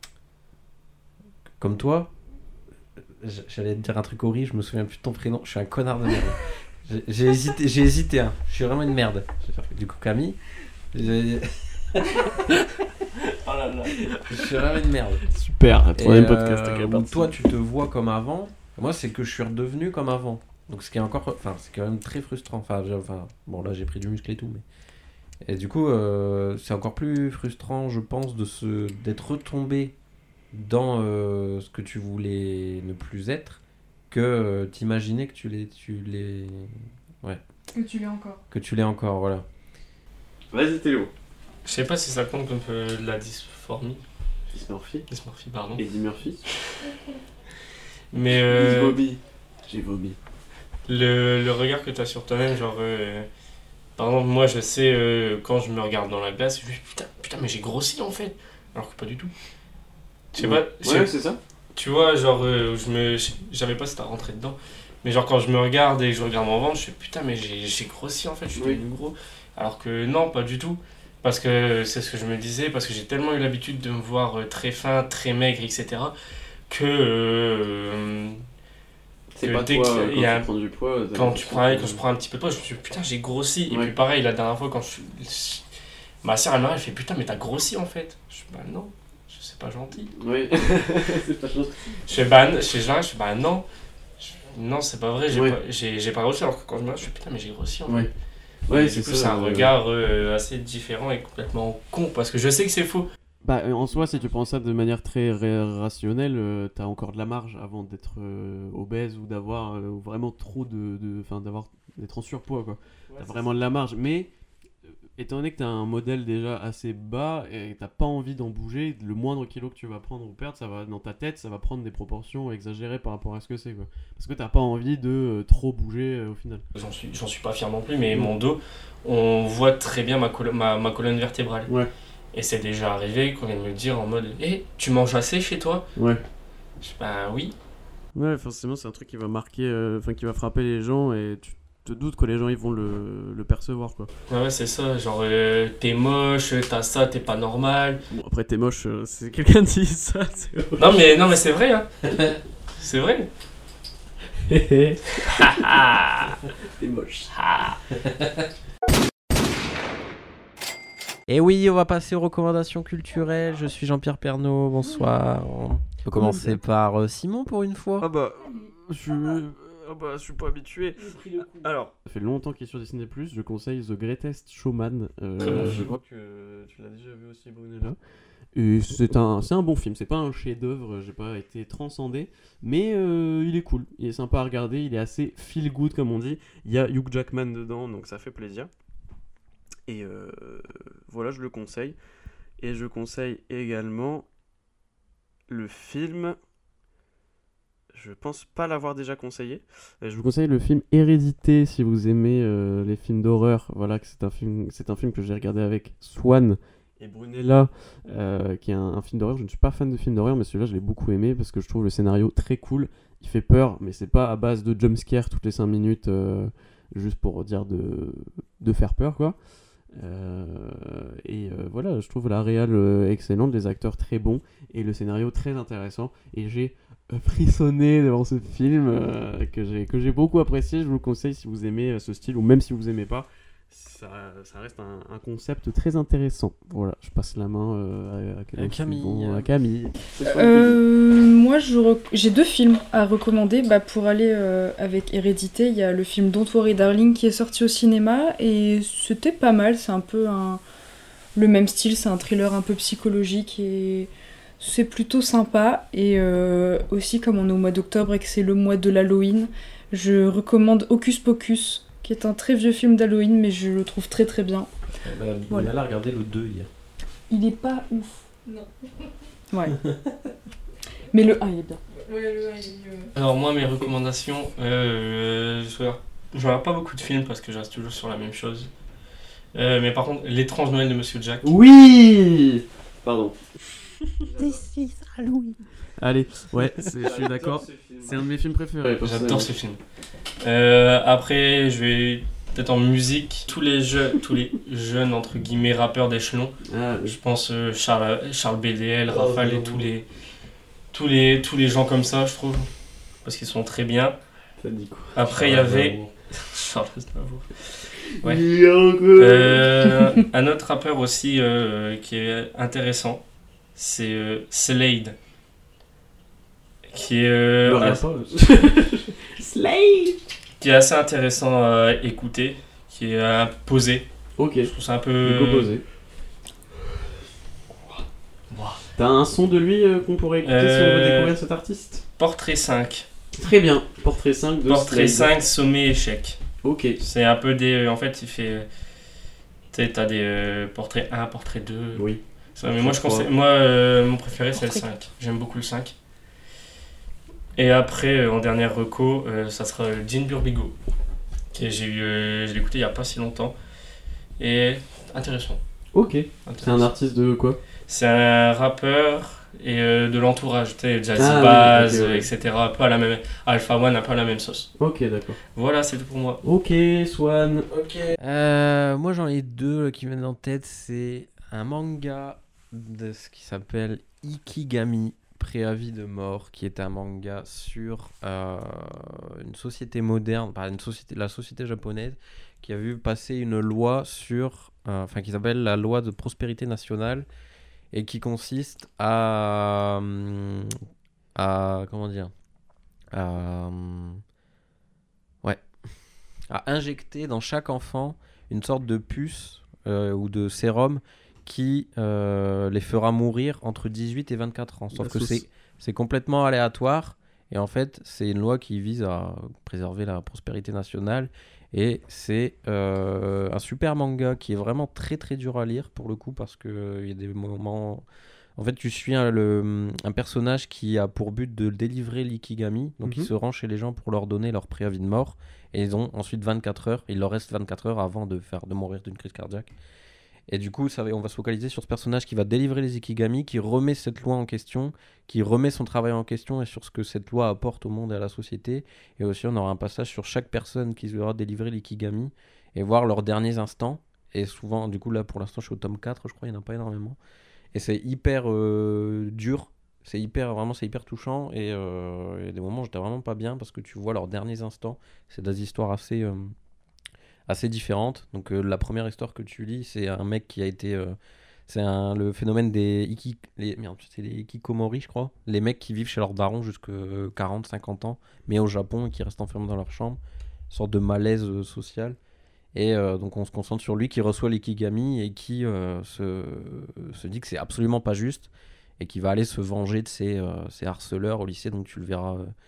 comme toi. J- J'allais te dire un truc horrible, je me souviens plus de ton prénom, je suis un connard de merde. J'ai- J'ai hésité, j'ai hésité, hein. Je suis vraiment une merde. Je vais faire du coup Camille. j'ai- Oh là là. Je suis vraiment une merde. Super. Troisième Et, podcast. euh, avec la où partie. toi tu te vois comme avant, moi c'est que je suis redevenu comme avant. Donc ce qui est encore, enfin c'est quand même très frustrant. Enfin, j'ai- enfin bon là j'ai pris du muscle et tout, mais et du coup euh, c'est encore plus frustrant, je pense, de se d'être retombé dans euh, ce que tu voulais ne plus être, que euh, t'imaginer que tu l'es, tu l'es, Que tu l'es encore. que tu l'es encore, voilà. Vas-y Théo. Je sais pas si ça compte comme euh, de la dysphorie. Dysmorphie. Dysmorphie, pardon. Eddie Murphy. Mais euh, J'ai vomi. le, le regard que tu as sur toi-même, genre. euh, par exemple, moi je sais, euh, quand je me regarde dans la glace, je me dis putain, putain, mais j'ai grossi en fait. Alors que pas du tout. Je sais pas. je sais- Ouais, c'est ça. Tu vois, genre, euh, je me, je- j'avais pas si t'as rentré dedans, mais genre quand je me regarde et que je regarde mon ventre, je fais putain, mais j'ai, j'ai grossi en fait, je suis Oui. devenu gros. Alors que non, pas du tout. Parce que c'est ce que je me disais, parce que j'ai tellement eu l'habitude de me voir euh, très fin, très maigre, et cetera. Que euh, C'est que pas dès toi, que- euh, il quand y a- tu prends du poids. t'as quand, tu l'impression prends, que- quand je prends un petit peu de poids, je me suis dit putain, j'ai grossi. Et Ouais. puis pareil, la dernière fois, quand je suis. Ma soeur, elle m'arrive, elle fait putain, mais t'as grossi en fait. Je fais bah non, je sais pas gentil. Oui. C'est pas chose. Je fais bah, je fais, j'arrive, je fais bah non. Je- Non, c'est pas vrai, j'ai Ouais. pas, j'ai, j'ai pas grossi. Alors que quand je me regarde, je fais putain, mais j'ai grossi en fait. Ouais. Et Ouais, du c'est coup, ça. c'est un euh, regard euh, assez différent et complètement con parce que je sais que c'est faux. Bah, euh, en soi, si tu prends ça de manière très ré- rationnelle, euh, t'as encore de la marge avant d'être euh, obèse ou d'avoir euh, vraiment trop de. de- Enfin, d'avoir d'être en surpoids, quoi. T'as vraiment de la marge. Mais, euh, étant donné que t'as un modèle déjà assez bas et que t'as pas envie d'en bouger, le moindre kilo que tu vas prendre ou perdre, ça va, dans ta tête, ça va prendre des proportions exagérées par rapport à ce que c'est, quoi. Parce que t'as pas envie de euh, trop bouger euh, au final. J'en suis, j'en suis pas fier non plus, mais Mm. mon dos, on voit très bien ma, colo- ma, ma colonne vertébrale. Ouais. Et c'est déjà arrivé qu'on vient de me dire en mode hé, tu manges assez chez toi? Ouais. Je dis bah oui. Ouais, forcément, c'est un truc qui va marquer, euh, enfin, qui va frapper les gens et tu te doutes que les gens ils vont le, le percevoir, quoi. Ouais, ouais, c'est ça. Genre, euh, t'es moche, t'as ça, t'es pas normal. Bon, après, t'es moche, euh, c'est quelqu'un dit ça, c'est Non, mais, non, mais c'est vrai, hein. C'est vrai. T'es moche. Et oui, on va passer aux recommandations culturelles. Je suis Jean-Pierre Pernaut, bonsoir. On peut commencer par euh, Simon pour une fois. Ah bah, je suis, ah bah, je suis pas habitué. Alors, ça fait longtemps qu'il est sur Disney plus. Je conseille The Greatest Showman. Euh, Très bon je film. crois que tu l'as déjà vu aussi, Brunella. Et c'est un, c'est un bon film. C'est pas un chef-d'œuvre. J'ai pas été transcendé, mais euh, il est cool. Il est sympa à regarder. Il est assez feel good comme on dit. Il y a Hugh Jackman dedans, donc ça fait plaisir. Et euh, voilà, je le conseille. Et je conseille également le film... Je pense pas l'avoir déjà conseillé. Euh, je vous conseille le film Hérédité si vous aimez euh, les films d'horreur. Voilà, que c'est un film, c'est un film que j'ai regardé avec Swan et Brunella, euh, qui est un, un film d'horreur. Je ne suis pas fan de films d'horreur, mais celui-là je l'ai beaucoup aimé parce que je trouve le scénario très cool. Il fait peur, mais c'est pas à base de jumpscare toutes les cinq minutes, euh, juste pour dire de, de faire peur, quoi. Euh, et euh, voilà, je trouve la réal euh, excellente, les acteurs très bons et le scénario très intéressant. Et j'ai frissonné devant ce film euh, que j'ai que j'ai beaucoup apprécié. Je vous le conseille si vous aimez euh, ce style, ou même si vous aimez pas. Ça, ça reste un, un concept très intéressant. Voilà, je passe la main euh, à, à, quel À autre Camille. suivant À Camille. Euh, moi, je rec- j'ai deux films à recommander. Bah, pour aller euh, avec Hérédité, il y a le film Don't Worry Darling qui est sorti au cinéma et c'était pas mal. C'est un peu un... le même style, c'est un thriller un peu psychologique et c'est plutôt sympa. Et euh, aussi, comme on est au mois d'octobre et que c'est le mois de l'Halloween, je recommande Hocus Pocus, qui est un très vieux film d'Halloween, mais je le trouve très très bien. Bah, Voilà. On a regardé le deux hier. Il est pas ouf. Non. Ouais. Mais le un, il est bien. Alors moi, mes recommandations, euh, je regarde je regarde pas beaucoup de films parce que je reste toujours sur la même chose. Euh, mais par contre, L'étrange Noël de Monsieur Jack. Oui. Pardon. This is Halloween. Allez, ouais, c'est- je suis d'accord. C'est un de mes films préférés. J'adore ce film. Euh, après, je vais peut-être en musique. Tous les, jeux, tous les jeunes, entre guillemets, rappeurs d'échelon. Ah, Je pense euh, Charles, Charles B D L, Oh, Rafale et non. tous les, tous, les, tous les gens comme ça, je trouve. Parce qu'ils sont très bien. ça dit quoi Après, il y avait... Charles Aznavour. Ouais. Bien que- Euh, un autre rappeur aussi euh, qui est intéressant, c'est euh, Slade. Qui est, euh, Le assez, rapport. Slade. qui est assez intéressant à écouter, qui est euh, posé. Ok, Je trouve ça un du peu... composé. T'as un son de lui euh, qu'on pourrait écouter si on veut Euh, découvrir cet artiste Portrait cinq. Très bien, Portrait cinq de Portrait Slade. cinq, sommet, échec. Ok. C'est un peu des... En fait, il fait... Tu sais, t'as des euh, portraits un, portrait deux. Oui. Ça, mais moi, je Je crois. conseille... moi euh, mon préféré, c'est le Portrait cinq. J'aime beaucoup le cinq. Et après, euh, en dernière reco, euh, ça sera Jean Burbigo. Que j'ai eu, euh, je l'ai écouté il n'y a pas si longtemps. Et intéressant. Ok. C'est intéressant. un artiste de quoi? C'est un rappeur et euh, de l'entourage, tu sais, Jazzy Ah oui, Bass, ok, ouais. et cetera. Un peu à la même... Alpha One, un peu à la même sauce. Ok, d'accord. Voilà, c'est tout pour moi. Ok, Swan. Ok. Euh, moi j'en ai deux là, qui viennent en tête. C'est un manga de ce qui s'appelle Ikigami, Préavis de mort, qui est un manga sur euh, une société moderne, pas une société, la société japonaise, qui a vu passer une loi sur, euh, enfin qui s'appelle la loi de prospérité nationale et qui consiste à, hum, à comment dire, à, hum, ouais, à injecter dans chaque enfant une sorte de puce euh, ou de sérum qui euh, les fera mourir entre dix-huit et vingt-quatre ans. Sauf La que sauce. c'est, c'est complètement aléatoire. Et en fait, c'est une loi qui vise à préserver la prospérité nationale. Et c'est euh, un super manga qui est vraiment très très dur à lire pour le coup, parce qu'il y a des moments... En fait, tu suis un, le, un personnage qui a pour but de délivrer l'ikigami. Donc, Mhm. il se rend chez les gens pour leur donner leur préavis de mort. Et ils ont ensuite vingt-quatre heures. Il leur reste vingt-quatre heures avant de, faire, de mourir d'une crise cardiaque. Et du coup, ça va, on va se focaliser sur ce personnage qui va délivrer les ikigami, qui remet cette loi en question, qui remet son travail en question et sur ce que cette loi apporte au monde et à la société. Et aussi, on aura un passage sur chaque personne qui aura délivré l'ikigami et voir leurs derniers instants. Et souvent, du coup, là, pour l'instant, je suis au tome quatre, je crois, il n'y en a pas énormément. Et c'est hyper euh, dur, c'est hyper, vraiment, c'est hyper touchant. Et euh, il y a des moments où j'étais vraiment pas bien parce que tu vois leurs derniers instants. C'est des histoires assez... Euh, assez différentes. Donc euh, la première histoire que tu lis, c'est un mec qui a été... euh, c'est un, le phénomène des iki, les, merde, c'est les hikikomori, je crois. Les mecs qui vivent chez leurs darons jusqu'à quarante cinquante ans, mais au Japon et qui restent enfermés dans leur chambre. Une sorte de malaise euh, social. Et euh, donc on se concentre sur lui qui reçoit l'ikigami et qui euh, se, se dit que c'est absolument pas juste et qui va aller se venger de ses, euh, ses harceleurs au lycée. Donc tu le verras... euh,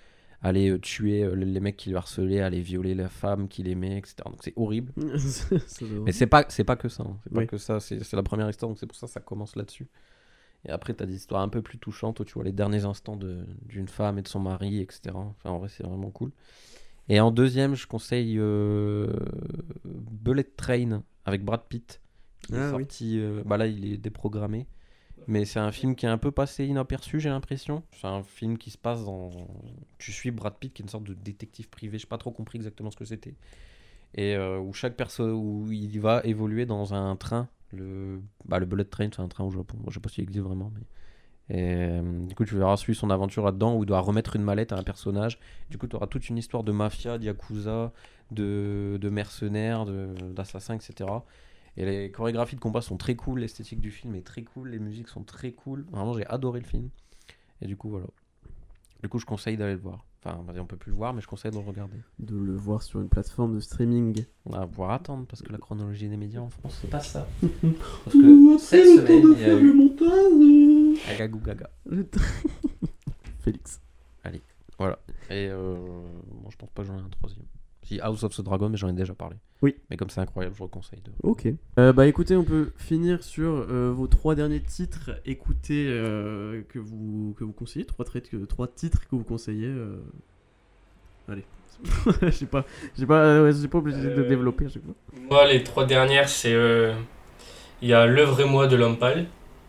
aller euh, tuer euh, les mecs qui le harcelaient, aller violer la femme qu'il aimait, et cetera. Donc c'est horrible. Ça doit- Mais c'est pas, c'est pas que ça. hein. C'est pas Oui. que ça. C'est, c'est la première histoire, donc c'est pour ça que ça commence là-dessus. Et après, t'as des histoires un peu plus touchantes où tu vois les derniers instants de, d'une femme et de son mari, et cetera. Enfin, en vrai, c'est vraiment cool. Et en deuxième, je conseille euh, Bullet Train avec Brad Pitt. Qui est Ah oui. sorti. euh, bah là, il est déprogrammé. Mais c'est un film qui est un peu passé inaperçu, j'ai l'impression. C'est un film qui se passe dans. Tu suis Brad Pitt, qui est une sorte de détective privé. Je n'ai pas trop compris exactement ce que c'était. Et euh, où chaque personne, où il va évoluer dans un train. Le, bah, le Bullet Train, c'est un train au Japon. Moi, je sais pas s'il existe vraiment, mais. Et, euh, du coup, tu verras suivre son aventure là-dedans où il doit remettre une mallette à un personnage. Du coup, tu auras toute une histoire de mafia, de yakuza, de, de mercenaires, de, d'assassins, et cetera. Et les chorégraphies de combat sont très cool, l'esthétique du film est très cool, les musiques sont très cool. Vraiment, j'ai adoré le film. Et du coup, voilà. Du coup, je conseille d'aller le voir. Enfin, on peut plus le voir, mais je conseille de le regarder. De le voir sur une plateforme de streaming. On va pouvoir attendre parce que la chronologie des médias en France, c'est pas ça. Parce que cette semaine, il y a eu montage. Agagou Gaga. Félix. Voilà. Et euh, bon, je pense pas que j'en ai un troisième. Si House of the Dragon, mais j'en ai déjà parlé. Oui. Mais comme c'est incroyable, je vous conseille de. Ok. Euh, bah écoutez, on peut finir sur euh, vos trois derniers titres écoutés euh, que vous que vous conseillez, trois, traits, que, trois titres que vous conseillez. euh. Allez. Je sais pas, j'ai pas, ouais, j'ai pas obligé de Euh, développer à chaque fois. Moi, les trois dernières, c'est. euh, Il y a L'œuvre et moi de l'homme pâle.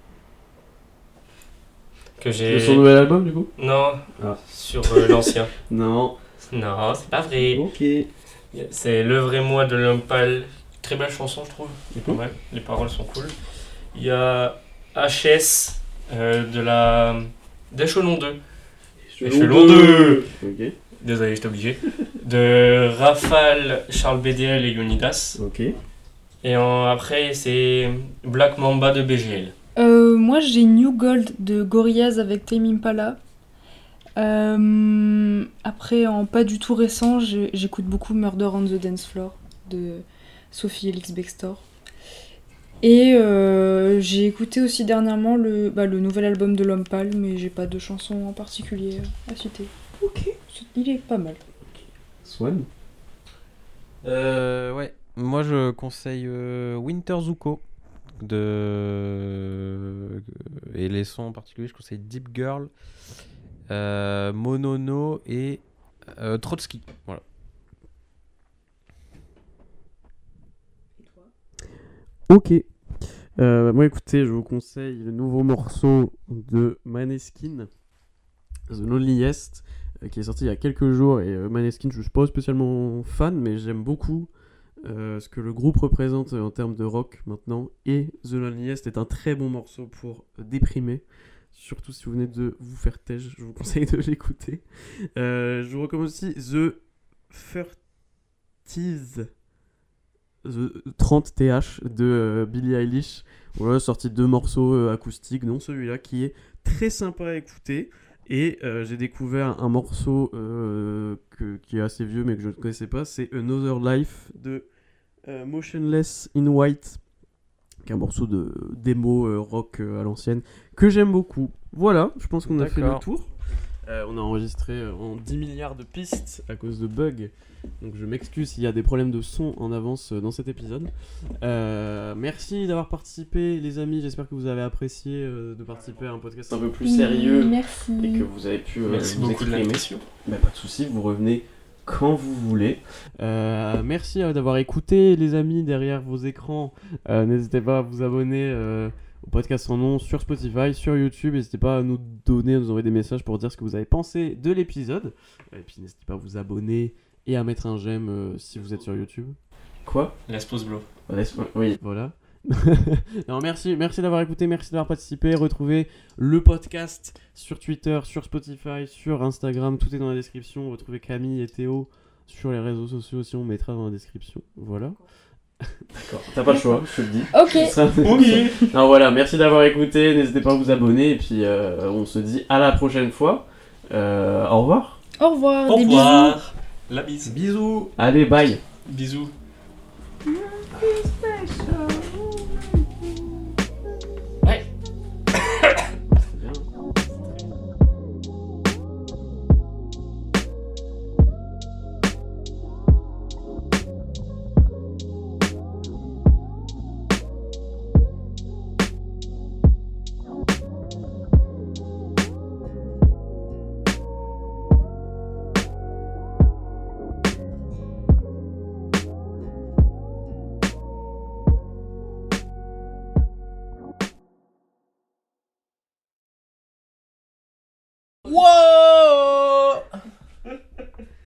Que j'ai. C'est son nouvel album du coup? Non, Ah. sur euh, l'ancien. Non. Non, c'est pas vrai. Ok. C'est L'œuvre et moi de l'homme pâle. Très belle chanson, je trouve. Mhm. Ouais, les paroles sont cool. Il y a H S euh, de la. d'Echelon deux. Échelon deux. Ok. Désolé, j'étais obligé. De Rafale, Charles B D L et Unidas. Ok. Et en- après, c'est Black Mamba de B G L. Euh, moi, j'ai New Gold de Gorillaz avec Tame Impala. Euh, après, en pas du tout récent, j'ai- j'écoute beaucoup Murder on the Dance Floor de Sophie Elix Bextor. Et euh, j'ai écouté aussi dernièrement le, bah, le nouvel album de L'Homme Pâle, mais j'ai pas de chanson en particulier à citer. Ok. Il est pas mal. Swan. Euh, ouais. Moi, je conseille euh, Winter Zuko. De... Et les sons en particulier, je conseille Deep Girl, euh, Monono et euh, Trotsky. Voilà. Ok. Euh, moi, écoutez, je vous conseille le nouveau morceau de Maneskin, The Loneliest, euh, qui est sorti il y a quelques jours. Et euh, Maneskin, je ne suis pas spécialement fan, mais j'aime beaucoup euh, ce que le groupe représente en termes de rock maintenant. Et The Loneliest est un très bon morceau pour euh, déprimer. Surtout si vous venez de vous faire têche, je vous conseille de l'écouter. Euh, je vous recommande aussi The thirties The trente T H de euh, Billie Eilish. Voilà, sorti deux morceaux euh, acoustiques, dont celui-là qui est très sympa à écouter. Et euh, j'ai découvert un morceau euh, que, qui est assez vieux mais que je ne connaissais pas, c'est Another Life de euh, Motionless in White, qui est un morceau de démo euh, rock euh, à l'ancienne que j'aime beaucoup. Voilà, je pense qu'on a fait le D'accord. tour. Euh, on a enregistré euh, en dix milliards de pistes à cause de bugs. Donc je m'excuse s'il y a des problèmes de son en avance euh, dans cet épisode. Euh, merci d'avoir participé les amis, j'espère que vous avez apprécié euh, de participer à un podcast un peu plus sérieux Merci. et que vous avez pu euh, Merci vous beaucoup de exprimer. l'invitation. Bah, pas de soucis, vous revenez quand vous voulez. Euh, merci euh, d'avoir écouté les amis derrière vos écrans. Euh, n'hésitez pas à vous abonner euh, au podcast sans nom sur Spotify, sur YouTube. N'hésitez pas à nous donner, à nous envoyer des messages pour dire ce que vous avez pensé de l'épisode. Et puis n'hésitez pas à vous abonner et à mettre un j'aime euh, si vous êtes sur YouTube. Quoi ? Laisse pause blow. Oui, voilà. Non, merci, merci d'avoir écouté, merci d'avoir participé. Retrouvez le podcast sur Twitter, sur Spotify, sur Instagram, tout est dans la description. Retrouvez Camille et Théo sur les réseaux sociaux aussi, on mettra dans la description. Voilà. D'accord, t'as pas le choix, je te le dis. Ok. Ok. Non, voilà, merci d'avoir écouté, n'hésitez pas à vous abonner et puis euh, on se dit à la prochaine fois. Euh, au revoir. Au revoir. Au Des bisous. revoir. La bise. Bisous. Allez, bye. Bisous. Special.